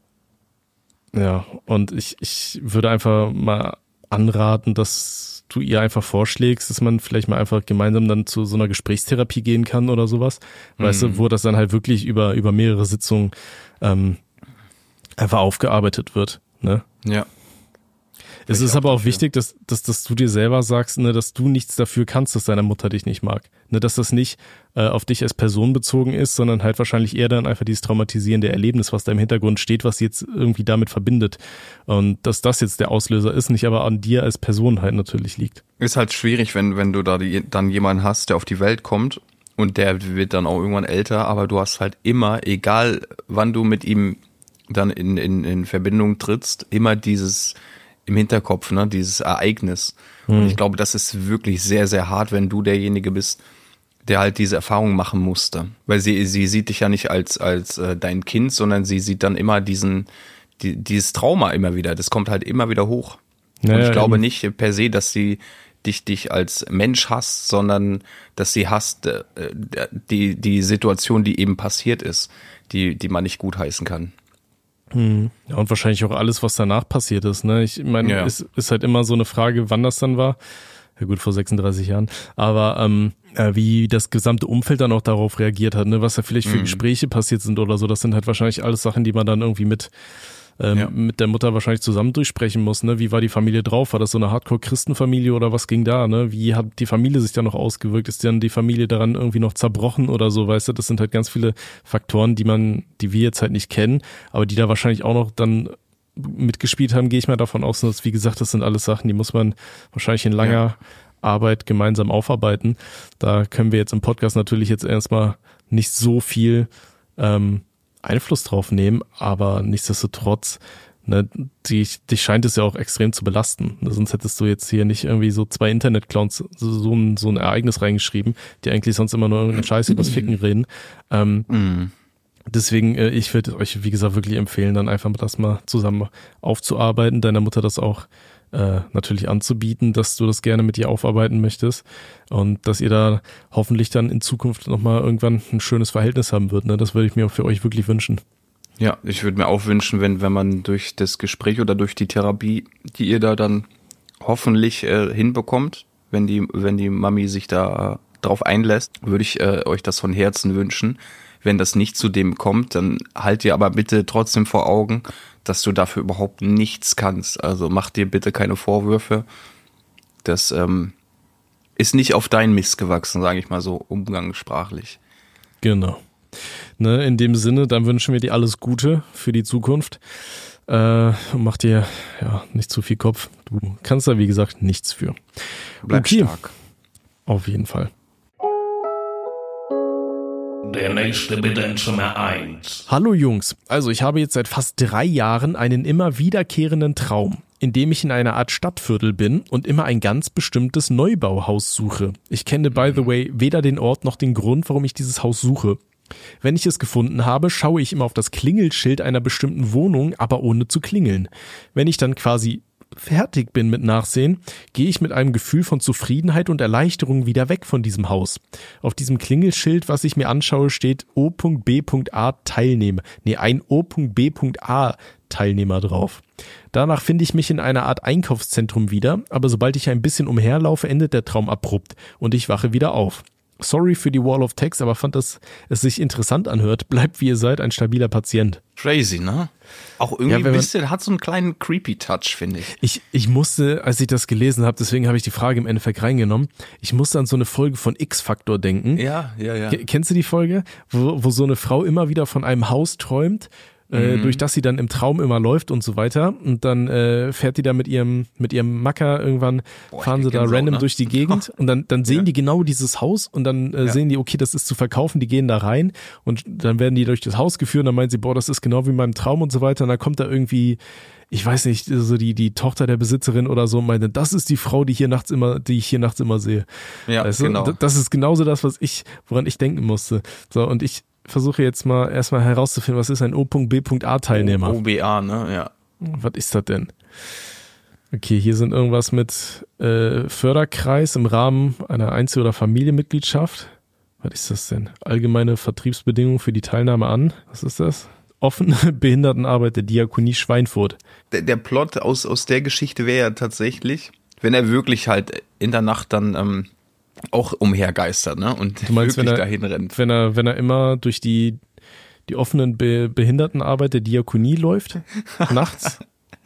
ja, und ich, ich würde einfach mal anraten, dass du ihr einfach vorschlägst, dass man vielleicht mal einfach gemeinsam dann zu so einer Gesprächstherapie gehen kann oder sowas, mhm. weißt du, wo das dann halt wirklich über über mehrere Sitzungen ähm, einfach aufgearbeitet wird, ne? Ja. Es ist aber auch dafür. wichtig, dass, dass, dass du dir selber sagst, ne, dass du nichts dafür kannst, dass deine Mutter dich nicht mag. Ne, dass das nicht äh, auf dich als Person bezogen ist, sondern halt wahrscheinlich eher dann einfach dieses traumatisierende Erlebnis, was da im Hintergrund steht, was jetzt irgendwie damit verbindet. Und dass das jetzt der Auslöser ist, nicht aber an dir als Person halt natürlich liegt. Ist halt schwierig, wenn, wenn du da die, dann jemanden hast, der auf die Welt kommt und der wird dann auch irgendwann älter, aber du hast halt immer, egal wann du mit ihm dann in, in, in Verbindung trittst, immer dieses im Hinterkopf, ne, dieses Ereignis. Hm. Und ich glaube, das ist wirklich sehr, sehr hart, wenn du derjenige bist, der halt diese Erfahrung machen musste. Weil sie, sie sieht dich ja nicht als, als äh, dein Kind, sondern sie sieht dann immer diesen, die, dieses Trauma immer wieder. Das kommt halt immer wieder hoch. Naja, und ich glaube eben. nicht per se, dass sie dich, dich als Mensch hasst, sondern dass sie hasst äh, die, die Situation, die eben passiert ist, die, die man nicht gutheißen kann. Hm. Ja, und wahrscheinlich auch alles, was danach passiert ist, ne? Ich meine, ja. es ist halt immer so eine Frage, wann das dann war. Ja gut, vor sechsunddreißig Jahren. Aber ähm, äh, wie das gesamte Umfeld dann auch darauf reagiert hat, ne? Was da vielleicht für mhm. Gespräche passiert sind oder so, das sind halt wahrscheinlich alles Sachen, die man dann irgendwie mit ähm, ja. mit der Mutter wahrscheinlich zusammen durchsprechen muss, ne? Wie war die Familie drauf? War das so eine Hardcore-Christenfamilie oder was ging da, ne? Wie hat die Familie sich da noch ausgewirkt? Ist dann die Familie daran irgendwie noch zerbrochen oder so, weißt du? Das sind halt ganz viele Faktoren, die man, die wir jetzt halt nicht kennen, aber die da wahrscheinlich auch noch dann mitgespielt haben, gehe ich mal davon aus, dass, wie gesagt, das sind alles Sachen, die muss man wahrscheinlich in langer ja. Arbeit gemeinsam aufarbeiten. Da können wir jetzt im Podcast natürlich jetzt erstmal nicht so viel ähm, Einfluss drauf nehmen, aber nichtsdestotrotz, ne, dich, dich scheint es ja auch extrem zu belasten. Sonst hättest du jetzt hier nicht irgendwie so zwei Internet-Clowns so, so, ein, so ein Ereignis reingeschrieben, die eigentlich sonst immer nur irgendeine Scheiße übers Ficken reden. Ähm, mm. Deswegen, äh, ich würde euch, wie gesagt, wirklich empfehlen, dann einfach das mal zusammen aufzuarbeiten, deiner Mutter das auch äh, natürlich anzubieten, dass du das gerne mit ihr aufarbeiten möchtest und dass ihr da hoffentlich dann in Zukunft nochmal irgendwann ein schönes Verhältnis haben wird. Ne? Das würde ich mir für euch wirklich wünschen. Ja, ich würde mir auch wünschen, wenn wenn man durch das Gespräch oder durch die Therapie, die ihr da dann hoffentlich äh, hinbekommt, wenn die wenn die Mami sich da drauf einlässt, würde ich äh, euch das von Herzen wünschen. Wenn das nicht zu dem kommt, dann halt dir aber bitte trotzdem vor Augen, dass du dafür überhaupt nichts kannst. Also mach dir bitte keine Vorwürfe. Das ähm, ist nicht auf deinen Mist gewachsen, sage ich mal so umgangssprachlich. Genau. Ne, in dem Sinne, dann wünschen wir dir alles Gute für die Zukunft. Äh, mach dir ja nicht zu viel Kopf. Du kannst da, wie gesagt, nichts für. Bleib okay. stark. Auf jeden Fall. Der nächste bitte in Zimmer eins. Hallo Jungs, also ich habe jetzt seit fast drei Jahren einen immer wiederkehrenden Traum, in dem ich in einer Art Stadtviertel bin und immer ein ganz bestimmtes Neubauhaus suche. Ich kenne, by the way, weder den Ort noch den Grund, warum ich dieses Haus suche. Wenn ich es gefunden habe, schaue ich immer auf das Klingelschild einer bestimmten Wohnung, aber ohne zu klingeln. Wenn ich dann quasi fertig bin mit Nachsehen, gehe ich mit einem Gefühl von Zufriedenheit und Erleichterung wieder weg von diesem Haus. Auf diesem Klingelschild, was ich mir anschaue, steht O B A Teilnehmer. Nee, ein O B A Teilnehmer drauf. Danach finde ich mich in einer Art Einkaufszentrum wieder, aber sobald ich ein bisschen umherlaufe, endet der Traum abrupt und ich wache wieder auf. Sorry für die Wall of Text, aber fand, dass es sich interessant anhört. Bleibt wie ihr seid, ein stabiler Patient. Crazy, ne? Auch irgendwie ja, ein bisschen, hat so einen kleinen creepy Touch, finde ich. ich. Ich musste, als ich das gelesen habe, deswegen habe ich die Frage im Endeffekt reingenommen, ich musste an so eine Folge von X-Factor denken. Ja, ja, ja. K- kennst du die Folge? Wo, wo so eine Frau immer wieder von einem Haus träumt, Äh, mhm. durch das sie dann im Traum immer läuft und so weiter. Und dann äh, fährt die da mit ihrem mit ihrem Macker irgendwann, Boah, fahren sie da random auch, ne? durch die Gegend und dann dann sehen ja. die genau dieses Haus und dann äh, ja. sehen die, okay, das ist zu verkaufen, die gehen da rein und dann werden die durch das Haus geführt und dann meinen sie, boah, das ist genau wie in meinem Traum und so weiter. Und dann kommt da irgendwie, ich weiß nicht, so die die Tochter der Besitzerin oder so und meinte, das ist die Frau, die hier nachts immer, die ich hier nachts immer sehe. Ja, weißt du? Genau. Das ist genauso das, was ich, woran ich denken musste. So, und ich versuche jetzt mal erstmal herauszufinden, was ist ein O B A Teilnehmer? O B A, ne, ja. Was ist das denn? Okay, hier sind irgendwas mit äh, Förderkreis im Rahmen einer Einzel- oder Familienmitgliedschaft. Was ist das denn? Allgemeine Vertriebsbedingungen für die Teilnahme an. Was ist das? Offene Behindertenarbeit der Diakonie Schweinfurt. Der, der Plot aus, aus der Geschichte wäre ja tatsächlich, wenn er wirklich halt in der Nacht dann ähm, auch umhergeistert, ne? Und du meinst, wirklich wenn er, dahin rennt. Wenn er, wenn er immer durch die, die offenen Be- Behindertenarbeit der Diakonie läuft, nachts.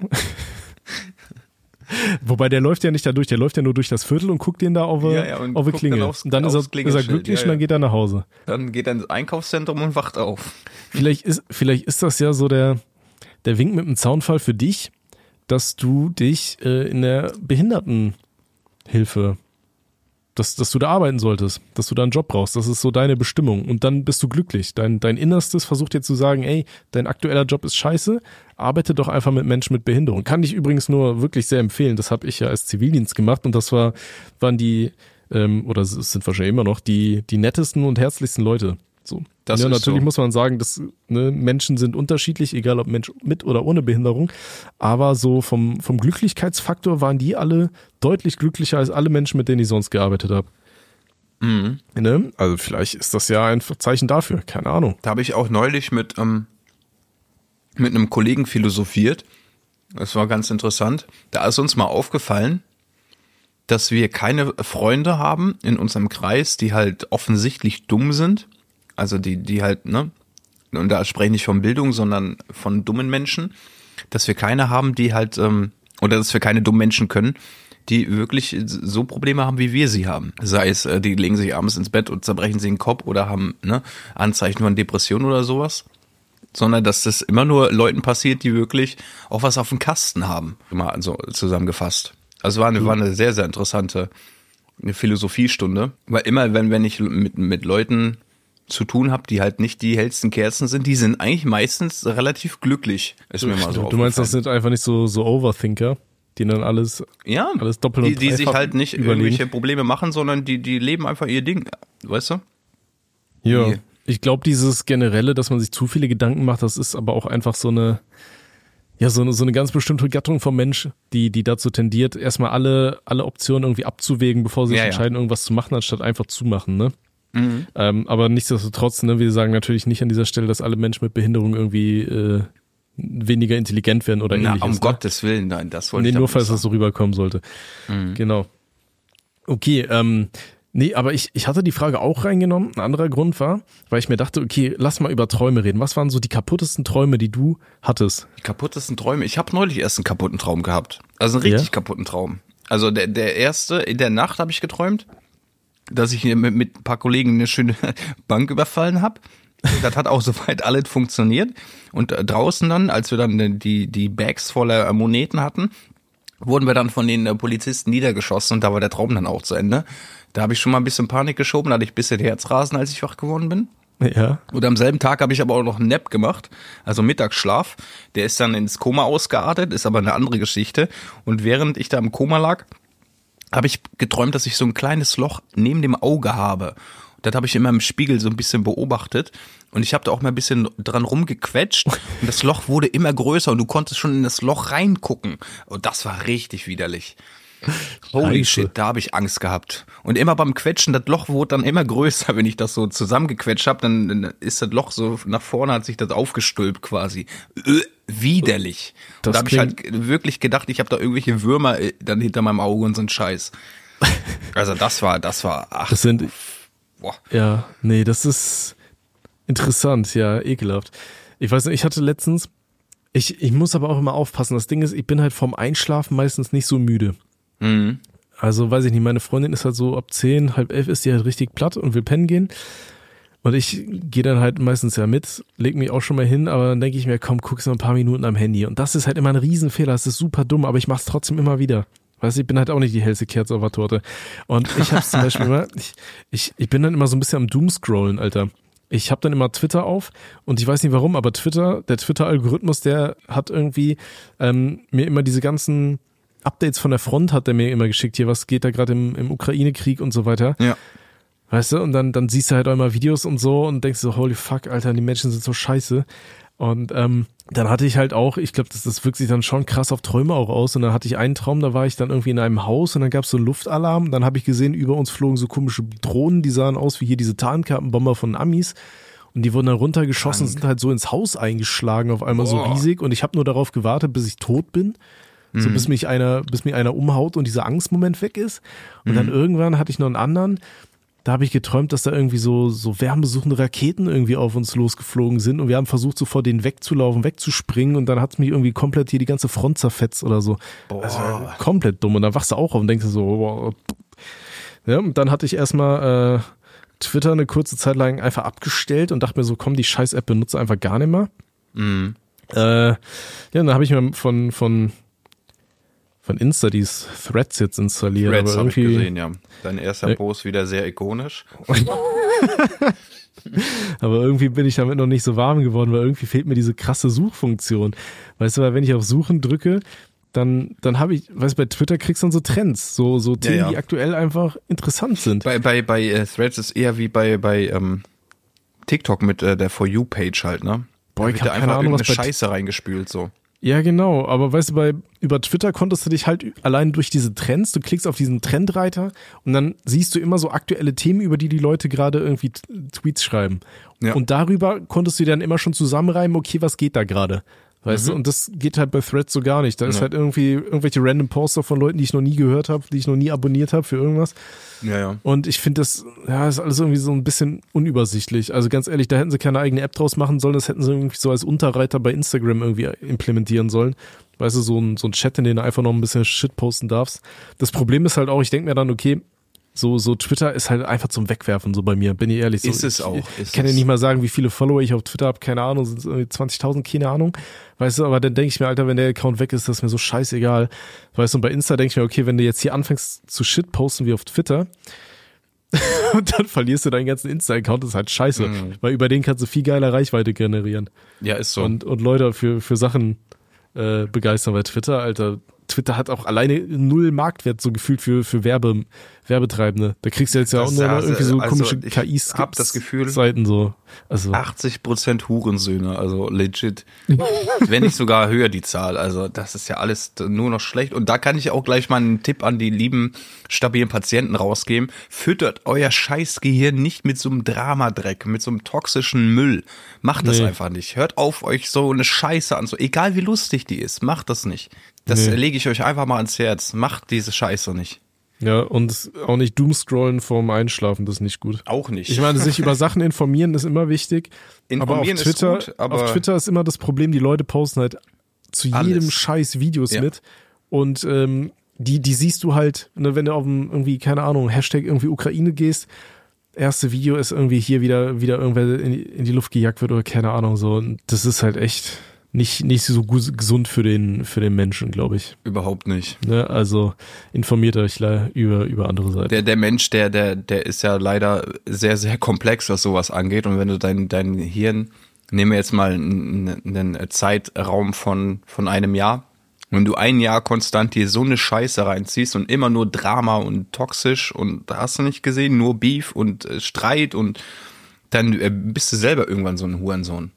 Wobei der läuft ja nicht da durch, der läuft ja nur durch das Viertel und guckt den da auf eine, ja, ja, auf eine Klingel. Dann, und dann ist er, ist er glücklich ja, ja. und dann geht er nach Hause. Dann geht er ins Einkaufszentrum und wacht auf. Vielleicht ist, vielleicht ist das ja so der, der Wink mit dem Zaunfall für dich, dass du dich äh, in der Behindertenhilfe Dass, dass du da arbeiten solltest, dass du da einen Job brauchst, das ist so deine Bestimmung und dann bist du glücklich. Dein, dein Innerstes versucht dir zu sagen, ey, dein aktueller Job ist scheiße, arbeite doch einfach mit Menschen mit Behinderung. Kann ich übrigens nur wirklich sehr empfehlen, das habe ich ja als Zivildienst gemacht und das war, waren die, ähm, oder es sind wahrscheinlich immer noch, die, die nettesten und herzlichsten Leute. So. Das ja, natürlich so. Muss man sagen, dass ne, Menschen sind unterschiedlich, egal ob Mensch mit oder ohne Behinderung, aber so vom, vom Glücklichkeitsfaktor waren die alle deutlich glücklicher als alle Menschen, mit denen ich sonst gearbeitet habe. Mhm. Ne? Also vielleicht ist das ja ein Zeichen dafür, keine Ahnung. Da habe ich auch neulich mit, ähm, mit einem Kollegen philosophiert, das war ganz interessant, da ist uns mal aufgefallen, dass wir keine Freunde haben in unserem Kreis, die halt offensichtlich dumm sind. Also die, die halt, ne, und da spreche ich nicht von Bildung, sondern von dummen Menschen, dass wir keine haben, die halt, ähm, oder dass wir keine dummen Menschen können, die wirklich so Probleme haben, wie wir sie haben. Sei es, äh, die legen sich abends ins Bett und zerbrechen sich den Kopf oder haben, ne, Anzeichen von Depression oder sowas. Sondern dass das immer nur Leuten passiert, die wirklich auch was auf dem Kasten haben. Mal so zusammengefasst. Also war eine, war eine sehr, sehr interessante eine Philosophiestunde. Weil immer, wenn, wenn ich mit, mit Leuten zu tun habe, die halt nicht die hellsten Kerzen sind, die sind eigentlich meistens relativ glücklich. Ist mir mal so du meinst, das sind einfach nicht so, so Overthinker, die dann alles, ja, alles doppelt und die, die sich halt nicht überlegen. Irgendwelche Probleme machen, sondern die, die leben einfach ihr Ding, weißt du? Ja, Die, ich glaube, dieses Generelle, dass man sich zu viele Gedanken macht, das ist aber auch einfach so eine, ja, so eine, so eine ganz bestimmte Gattung vom Mensch, die, die dazu tendiert, erstmal alle, alle Optionen irgendwie abzuwägen, bevor sie sich Ja, ja. entscheiden, irgendwas zu machen, anstatt einfach zu machen, ne? Mhm. Ähm, aber nichtsdestotrotz, ne, wir sagen natürlich nicht an dieser Stelle, dass alle Menschen mit Behinderung irgendwie äh, weniger intelligent werden oder Na, ähnliches. um ne? Gottes Willen, nein, das wollte Nee, ich nur damit falls nicht das so rüberkommen sollte. Mhm. Genau. Okay, ähm, nee, aber ich, ich hatte die Frage auch reingenommen. Ein anderer Grund war, weil ich mir dachte, okay, lass mal über Träume reden. Was waren so die kaputtesten Träume, die du hattest? Die kaputtesten Träume. Ich habe neulich erst einen kaputten Traum gehabt. Also einen richtig Ja? kaputten Traum. Also der, der erste, in der Nacht habe ich geträumt, dass ich hier mit, mit ein paar Kollegen eine schöne Bank überfallen habe. Das hat auch soweit alles funktioniert. Und äh, draußen dann, als wir dann die, die Bags voller Moneten hatten, wurden wir dann von den äh, Polizisten niedergeschossen und da war der Traum dann auch zu Ende. Da habe ich schon mal ein bisschen Panik geschoben, da hatte ich ein bisschen Herzrasen, als ich wach geworden bin. Ja. Und am selben Tag habe ich aber auch noch einen Nap gemacht, also Mittagsschlaf. Der ist dann ins Koma ausgeartet, ist aber eine andere Geschichte. Und während ich da im Koma lag, habe ich geträumt, dass ich so ein kleines Loch neben dem Auge habe. Das habe ich immer im Spiegel so ein bisschen beobachtet. Und ich habe da auch mal ein bisschen dran rumgequetscht. Und das Loch wurde immer größer und du konntest schon in das Loch reingucken. Und das war richtig widerlich. Holy Scheiße. shit, da habe ich Angst gehabt. Und immer beim Quetschen, das Loch wurde dann immer größer, wenn ich das so zusammengequetscht habe, dann, dann ist das Loch so nach vorne, hat sich das aufgestülpt quasi. Äh, widerlich. Das und da habe ich halt wirklich gedacht, ich habe da irgendwelche Würmer äh, dann hinter meinem Auge und so ein Scheiß. Also das war, das war, ach, Das sind, boah. ja, nee, das ist interessant, ja, ekelhaft. Ich weiß nicht, ich hatte letztens, ich, ich muss aber auch immer aufpassen. Das Ding ist, ich bin halt vorm Einschlafen meistens nicht so müde. Mhm. Also weiß ich nicht, meine Freundin ist halt so ab zehn, halb elf ist die halt richtig platt und will pennen gehen. Und ich gehe dann halt meistens ja mit, leg mich auch schon mal hin, aber dann denke ich mir, komm, guckst noch ein paar Minuten am Handy. Und das ist halt immer ein Riesenfehler, das ist super dumm, aber ich mach's trotzdem immer wieder. Weißt du, ich bin halt auch nicht die hellste Kerze auf der Torte. Und ich hab's zum Beispiel immer, ich, ich, ich bin dann immer so ein bisschen am Doomscrollen, Alter. Ich habe dann immer Twitter auf und ich weiß nicht warum, aber Twitter, der Twitter-Algorithmus, der hat irgendwie ähm, mir immer diese ganzen Updates von der Front hat der mir immer geschickt, hier, was geht da gerade im, im Ukraine-Krieg und so weiter. Ja. Weißt du, und dann, dann siehst du halt auch immer Videos und so und denkst so, holy fuck, Alter, die Menschen sind so scheiße. Und ähm, dann hatte ich halt auch, ich glaube, das, das wirkt sich dann schon krass auf Träume auch aus. Und dann hatte ich einen Traum, da war ich dann irgendwie in einem Haus und dann gab es so einen Luftalarm. Dann habe ich gesehen, über uns flogen so komische Drohnen, die sahen aus wie hier diese Tarnkappenbomber von Amis. Und die wurden dann runtergeschossen, Krank. sind halt so ins Haus eingeschlagen auf einmal Boah. so riesig. Und ich habe nur darauf gewartet, bis ich tot bin. So bis mich einer, bis mir einer umhaut und dieser Angstmoment weg ist. Und dann irgendwann hatte ich noch einen anderen, da habe ich geträumt, dass da irgendwie so, so wärmesuchende Raketen irgendwie auf uns losgeflogen sind und wir haben versucht, so vor denen wegzulaufen, wegzuspringen und dann hat es mich irgendwie komplett hier die ganze Front zerfetzt oder so. Boah. Also komplett dumm und dann wachst du auch auf und denkst dir so, boah. Ja, und dann hatte ich erstmal äh, Twitter eine kurze Zeit lang einfach abgestellt und dachte mir so, komm, die scheiß App benutze einfach gar nicht mehr. Mhm. Äh, ja, dann habe ich mir von, von von Insta dieses Threads jetzt installiert. Threads aber habe ich irgendwie, gesehen, ja. Dein erster Äh. Post wieder sehr ikonisch. aber irgendwie bin ich damit noch nicht so warm geworden, weil irgendwie fehlt mir diese krasse Suchfunktion. Weißt du, weil wenn ich auf Suchen drücke, dann, dann habe ich, weißt du, bei Twitter kriegst du dann so Trends, so, so Themen, ja. die aktuell einfach interessant sind. Bei, bei, bei äh, Threads ist eher wie bei, bei ähm, TikTok mit äh, der For You-Page halt, ne? Boah, Da ich wird hab da keine einfach Ahnung, was irgendeine bei Scheiße reingespült, so. Ja, genau, aber weißt du, bei über Twitter konntest du dich halt allein durch diese Trends, du klickst auf diesen Trendreiter und dann siehst du immer so aktuelle Themen, über die die Leute gerade irgendwie t- Tweets schreiben. Ja. Und darüber konntest du dir dann immer schon zusammenreimen, okay, was geht da gerade? Weißt Mhm. du, und das geht halt bei Threads so gar nicht. Da ist Ja. halt irgendwie irgendwelche random Poster von Leuten, die ich noch nie gehört habe, die ich noch nie abonniert habe für irgendwas. Ja, ja. Und ich finde das, ja, ist alles irgendwie so ein bisschen unübersichtlich. Also ganz ehrlich, da hätten sie keine eigene App draus machen sollen, das hätten sie irgendwie so als Unterreiter bei Instagram irgendwie implementieren sollen. Weißt du, so ein, so ein Chat, in den du einfach noch ein bisschen Shit posten darfst. Das Problem ist halt auch, ich denke mir dann, okay, so, so Twitter ist halt einfach zum Wegwerfen, so bei mir, bin ich ehrlich. So, Ist es ich, auch, Ich, ist kann dir es. nicht mal sagen, wie viele Follower ich auf Twitter habe, keine Ahnung, sind es irgendwie zwanzigtausend, keine Ahnung. Weißt du, aber dann denke ich mir, Alter, wenn der Account weg ist, das ist mir so scheißegal. Weißt du, und bei Insta denke ich mir, okay, wenn du jetzt hier anfängst zu Shit posten wie auf Twitter, Und dann verlierst du deinen ganzen Insta-Account, das ist halt scheiße, mhm. weil über den kannst du viel geiler Reichweite generieren. Ja, ist so. Und, und Leute für, für Sachen äh, begeistern, weil Twitter, Alter, Twitter hat auch alleine null Marktwert so gefühlt für, für Werbe, Werbetreibende. Da kriegst du jetzt ja auch nur noch irgendwie so komische also K I-Seiten hab das Gefühl, so. Also achtzig Prozent Hurensöhne, also legit. Wenn nicht sogar höher die Zahl. Also das ist ja alles nur noch schlecht. Und da kann ich auch gleich mal einen Tipp an die lieben, stabilen Patienten rausgeben. Füttert euer Scheißgehirn nicht mit so einem Dramadreck, mit so einem toxischen Müll. Macht das nee. einfach nicht. Hört auf, euch so eine Scheiße an. So, egal wie lustig die ist, macht das nicht. Das nee. lege ich euch einfach mal ans Herz. Macht diese Scheiße nicht. Ja, und auch nicht Doomscrollen vorm Einschlafen, das ist nicht gut. Auch nicht. Ich meine, sich über Sachen informieren ist immer wichtig. Informieren aber auf Twitter, ist gut, aber auf Twitter ist immer das Problem, die Leute posten halt zu alles. jedem Scheiß Videos ja. mit. Und ähm, die, die siehst du halt, ne, wenn du auf dem, irgendwie, keine Ahnung, Hashtag irgendwie Ukraine gehst, erste Video ist irgendwie hier wieder, wieder irgendwer in die, in die Luft gejagt wird oder keine Ahnung so. Und das ist halt echt nicht, nicht so gut, gesund für den, für den Menschen, glaube ich. Überhaupt nicht. Ne, also informiert euch über, über andere Seiten. Der, der Mensch, der, der, der ist ja leider sehr, sehr komplex, was sowas angeht. Und wenn du dein, dein Hirn, nehmen wir jetzt mal einen, einen Zeitraum von, von einem Jahr, wenn du ein Jahr konstant hier so eine Scheiße reinziehst und immer nur Drama und toxisch und hast du nicht gesehen, nur Beef und äh, Streit und dann äh, bist du selber irgendwann so ein Hurensohn.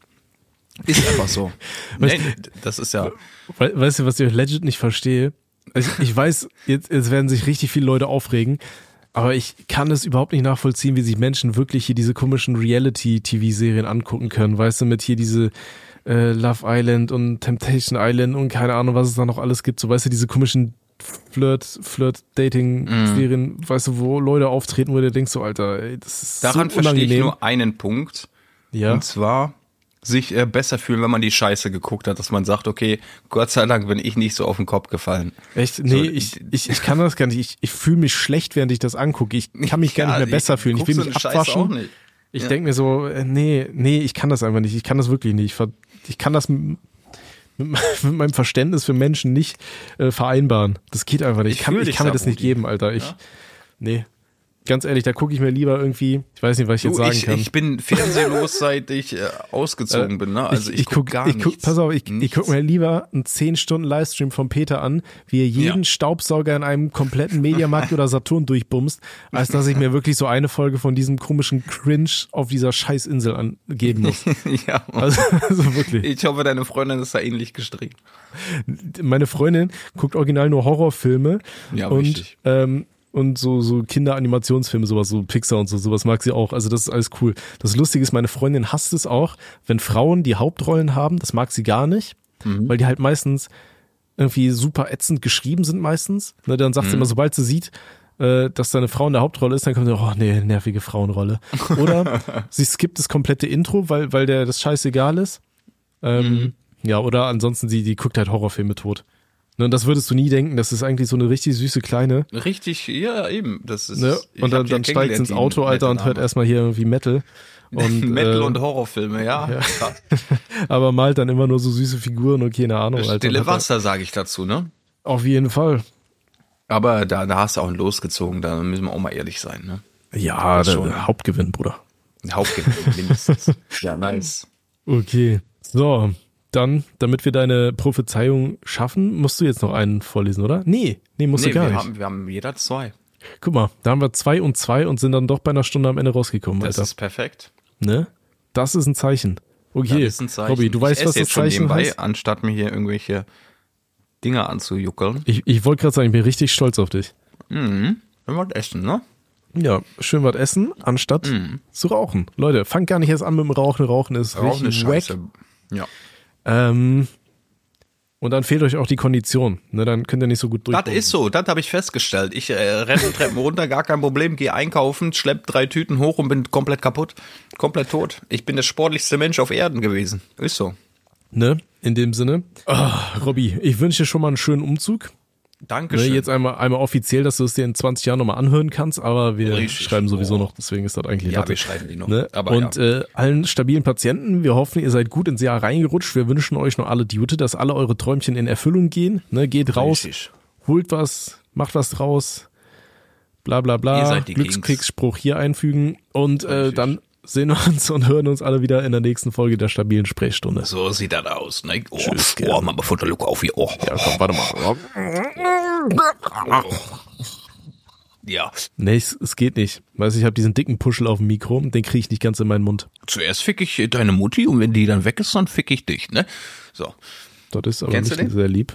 Ist einfach so. Nee, das ist ja. We- weißt du, was ich legit nicht verstehe? Ich, ich weiß, jetzt, jetzt werden sich richtig viele Leute aufregen, aber ich kann es überhaupt nicht nachvollziehen, wie sich Menschen wirklich hier diese komischen Reality-T V-Serien angucken können. Weißt du, mit hier diese äh, Love Island und Temptation Island und keine Ahnung, was es da noch alles gibt. So, weißt du, diese komischen Flirt, Flirt-Dating-Serien, mm. weißt du, wo Leute auftreten, wo du denkst so, Alter, ey, das ist Daran so unangenehm. verstehe ich nur einen Punkt. Ja. Und zwar sich äh, besser fühlen, wenn man die Scheiße geguckt hat, dass man sagt, okay, Gott sei Dank bin ich nicht so auf den Kopf gefallen. Echt? Nee, so, ich, ich, ich kann das gar nicht. Ich, ich fühle mich schlecht, während ich das angucke. Ich kann mich gar ja, nicht mehr besser fühlen. Ich will mich so abwaschen. Auch nicht. Ich ja. denke mir so, nee, nee, ich kann das einfach nicht. Ich kann das wirklich nicht. Ich, ich kann das mit, mit meinem Verständnis für Menschen nicht äh, vereinbaren. Das geht einfach nicht. Ich, ich kann, ich kann mir das nicht geben, Alter. Ich, ja? nee. Ganz ehrlich, da gucke ich mir lieber irgendwie, ich weiß nicht, was ich jetzt du, sagen ich, kann. Ich bin fernsehlos, seit ich äh, ausgezogen äh, bin, ne? Also ich, ich, ich gucke gar ich nichts. Guck, pass auf, ich, ich gucke mir lieber einen zehn Stunden Livestream von Peter an, wie er jeden ja. Staubsauger in einem kompletten Mediamarkt oder Saturn durchbumst, als dass ich mir wirklich so eine Folge von diesem komischen Cringe auf dieser Scheißinsel angeben muss. ja. Also, also wirklich. Ich hoffe, deine Freundin ist da ähnlich gestrickt. Meine Freundin guckt original nur Horrorfilme. Ja, und richtig. Ähm, Und so, so Kinderanimationsfilme, sowas, so Pixar und so, sowas mag sie auch. Also das ist alles cool. Das Lustige ist, meine Freundin hasst es auch, wenn Frauen die Hauptrollen haben, das mag sie gar nicht, mhm. weil die halt meistens irgendwie super ätzend geschrieben sind meistens. Ne, dann sagt mhm. sie immer, sobald sie sieht, äh, dass da eine Frau in der Hauptrolle ist, dann kommt sie, oh nee, nervige Frauenrolle. Oder sie skippt das komplette Intro, weil, weil der das scheißegal ist. Ähm, mhm. Ja, oder ansonsten, sie, die guckt halt Horrorfilme tot. Und das würdest du nie denken, das ist eigentlich so eine richtig süße Kleine. Richtig, ja, eben. Das ist, ne? Und dann, dann steigt sie ins Auto, Alter, und hört erstmal hier irgendwie Metal. Und, Metal äh, und Horrorfilme, ja. ja. Aber malt dann immer nur so süße Figuren und keine Ahnung, Alter. Stille Wasser, sage ich dazu, ne? Auf jeden Fall. Aber da, da hast du auch einen losgezogen, da müssen wir auch mal ehrlich sein, ne? Ja, der, der Hauptgewinn, Bruder. Hauptgewinn, mindestens. Ja, nice. Okay, so. Dann, damit wir deine Prophezeiung schaffen, musst du jetzt noch einen vorlesen, oder? Nee, nee, musst nee, du gar wir nicht. Haben, wir haben jeder zwei. Guck mal, da haben wir zwei und zwei und sind dann doch bei einer Stunde am Ende rausgekommen, das Alter. Das ist perfekt. Ne? Das ist ein Zeichen. Okay, das ist ein Zeichen. Robby, du ich weißt, was das Zeichen nebenbei, heißt? Anstatt mir hier irgendwelche Dinge anzujuckeln. Ich, ich wollte gerade sagen, ich bin richtig stolz auf dich. Mhm. Wenn wir essen, ne? Ja, schön was essen, anstatt mhm. zu rauchen. Leute, fangt gar nicht erst an mit dem Rauchen. Rauchen ist Rauchen richtig ist scheiße. Ja. Ähm, und dann fehlt euch auch die Kondition. Ne, dann könnt ihr nicht so gut durchkommen. Das ist so, das habe ich festgestellt. Ich äh, renne Treppen runter, gar kein Problem, gehe einkaufen, schlepp drei Tüten hoch und bin komplett kaputt, komplett tot. Ich bin der sportlichste Mensch auf Erden gewesen. Ist so. Ne, in dem Sinne. Oh, Robby, ich wünsche dir schon mal einen schönen Umzug. Dankeschön. Ne, jetzt einmal, einmal offiziell, dass du es dir in zwanzig Jahren nochmal anhören kannst, aber wir Richtig. schreiben sowieso oh. noch, deswegen ist das eigentlich Ja, Latte. wir schreiben die noch. Ne? Aber und ja. äh, allen stabilen Patienten, wir hoffen, ihr seid gut ins Jahr reingerutscht. Wir wünschen euch noch alle Gute, dass alle eure Träumchen in Erfüllung gehen. Ne? Geht raus, Richtig. holt was, macht was draus, bla bla Ihr bla, seid die Glückskriegsspruch hier einfügen und äh, dann sehen wir uns und hören uns alle wieder in der nächsten Folge der stabilen Sprechstunde. So sieht das aus, ne? Oh, Tschüss, oh, mach mal Fotolook auf hier. Oh. Ja, komm, warte mal. Ja. Nee, es, es geht nicht. Weißt du, ich habe diesen dicken Puschel auf dem Mikro, den kriege ich nicht ganz in meinen Mund. Zuerst fick ich deine Mutti und wenn die dann weg ist, dann fick ich dich, ne? So. Das ist aber Kennst nicht sehr lieb.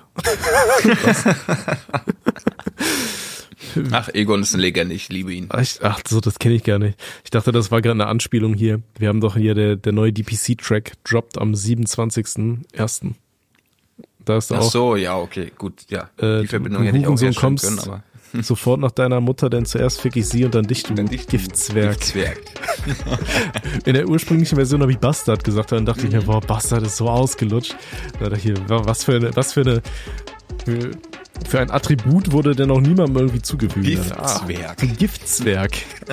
Ach, Egon ist ein Legende, ich liebe ihn. Ach so, das kenne ich gar nicht. Ich dachte, das war gerade eine Anspielung hier. Wir haben doch hier, der, der neue D P C-Track droppt am siebenundzwanzigsten ersten Da ist Ach auch, so, ja, okay, gut, ja. Äh, die Verbindung hätte ich auch Hurensohn herstellen kommst können, aber... sofort nach deiner Mutter, denn zuerst fick ich sie und dann dich, du Dann dich, du Giftzwerg. Giftzwerg. In der ursprünglichen Version habe ich Bastard gesagt, dann dachte ich mir, boah, Bastard ist so ausgelutscht. Da dachte ich, was für eine, was für eine, für, für ein Attribut wurde denn noch niemandem irgendwie zugefügt. Giftzwerg. Ah, Giftzwerg.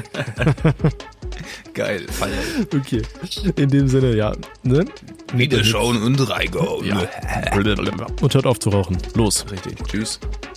Geil, feier. Okay. In dem Sinne, ja. Ne? Wiederschauen und reingehauen. Ja. Und hört auf zu rauchen. Los. Richtig. Tschüss.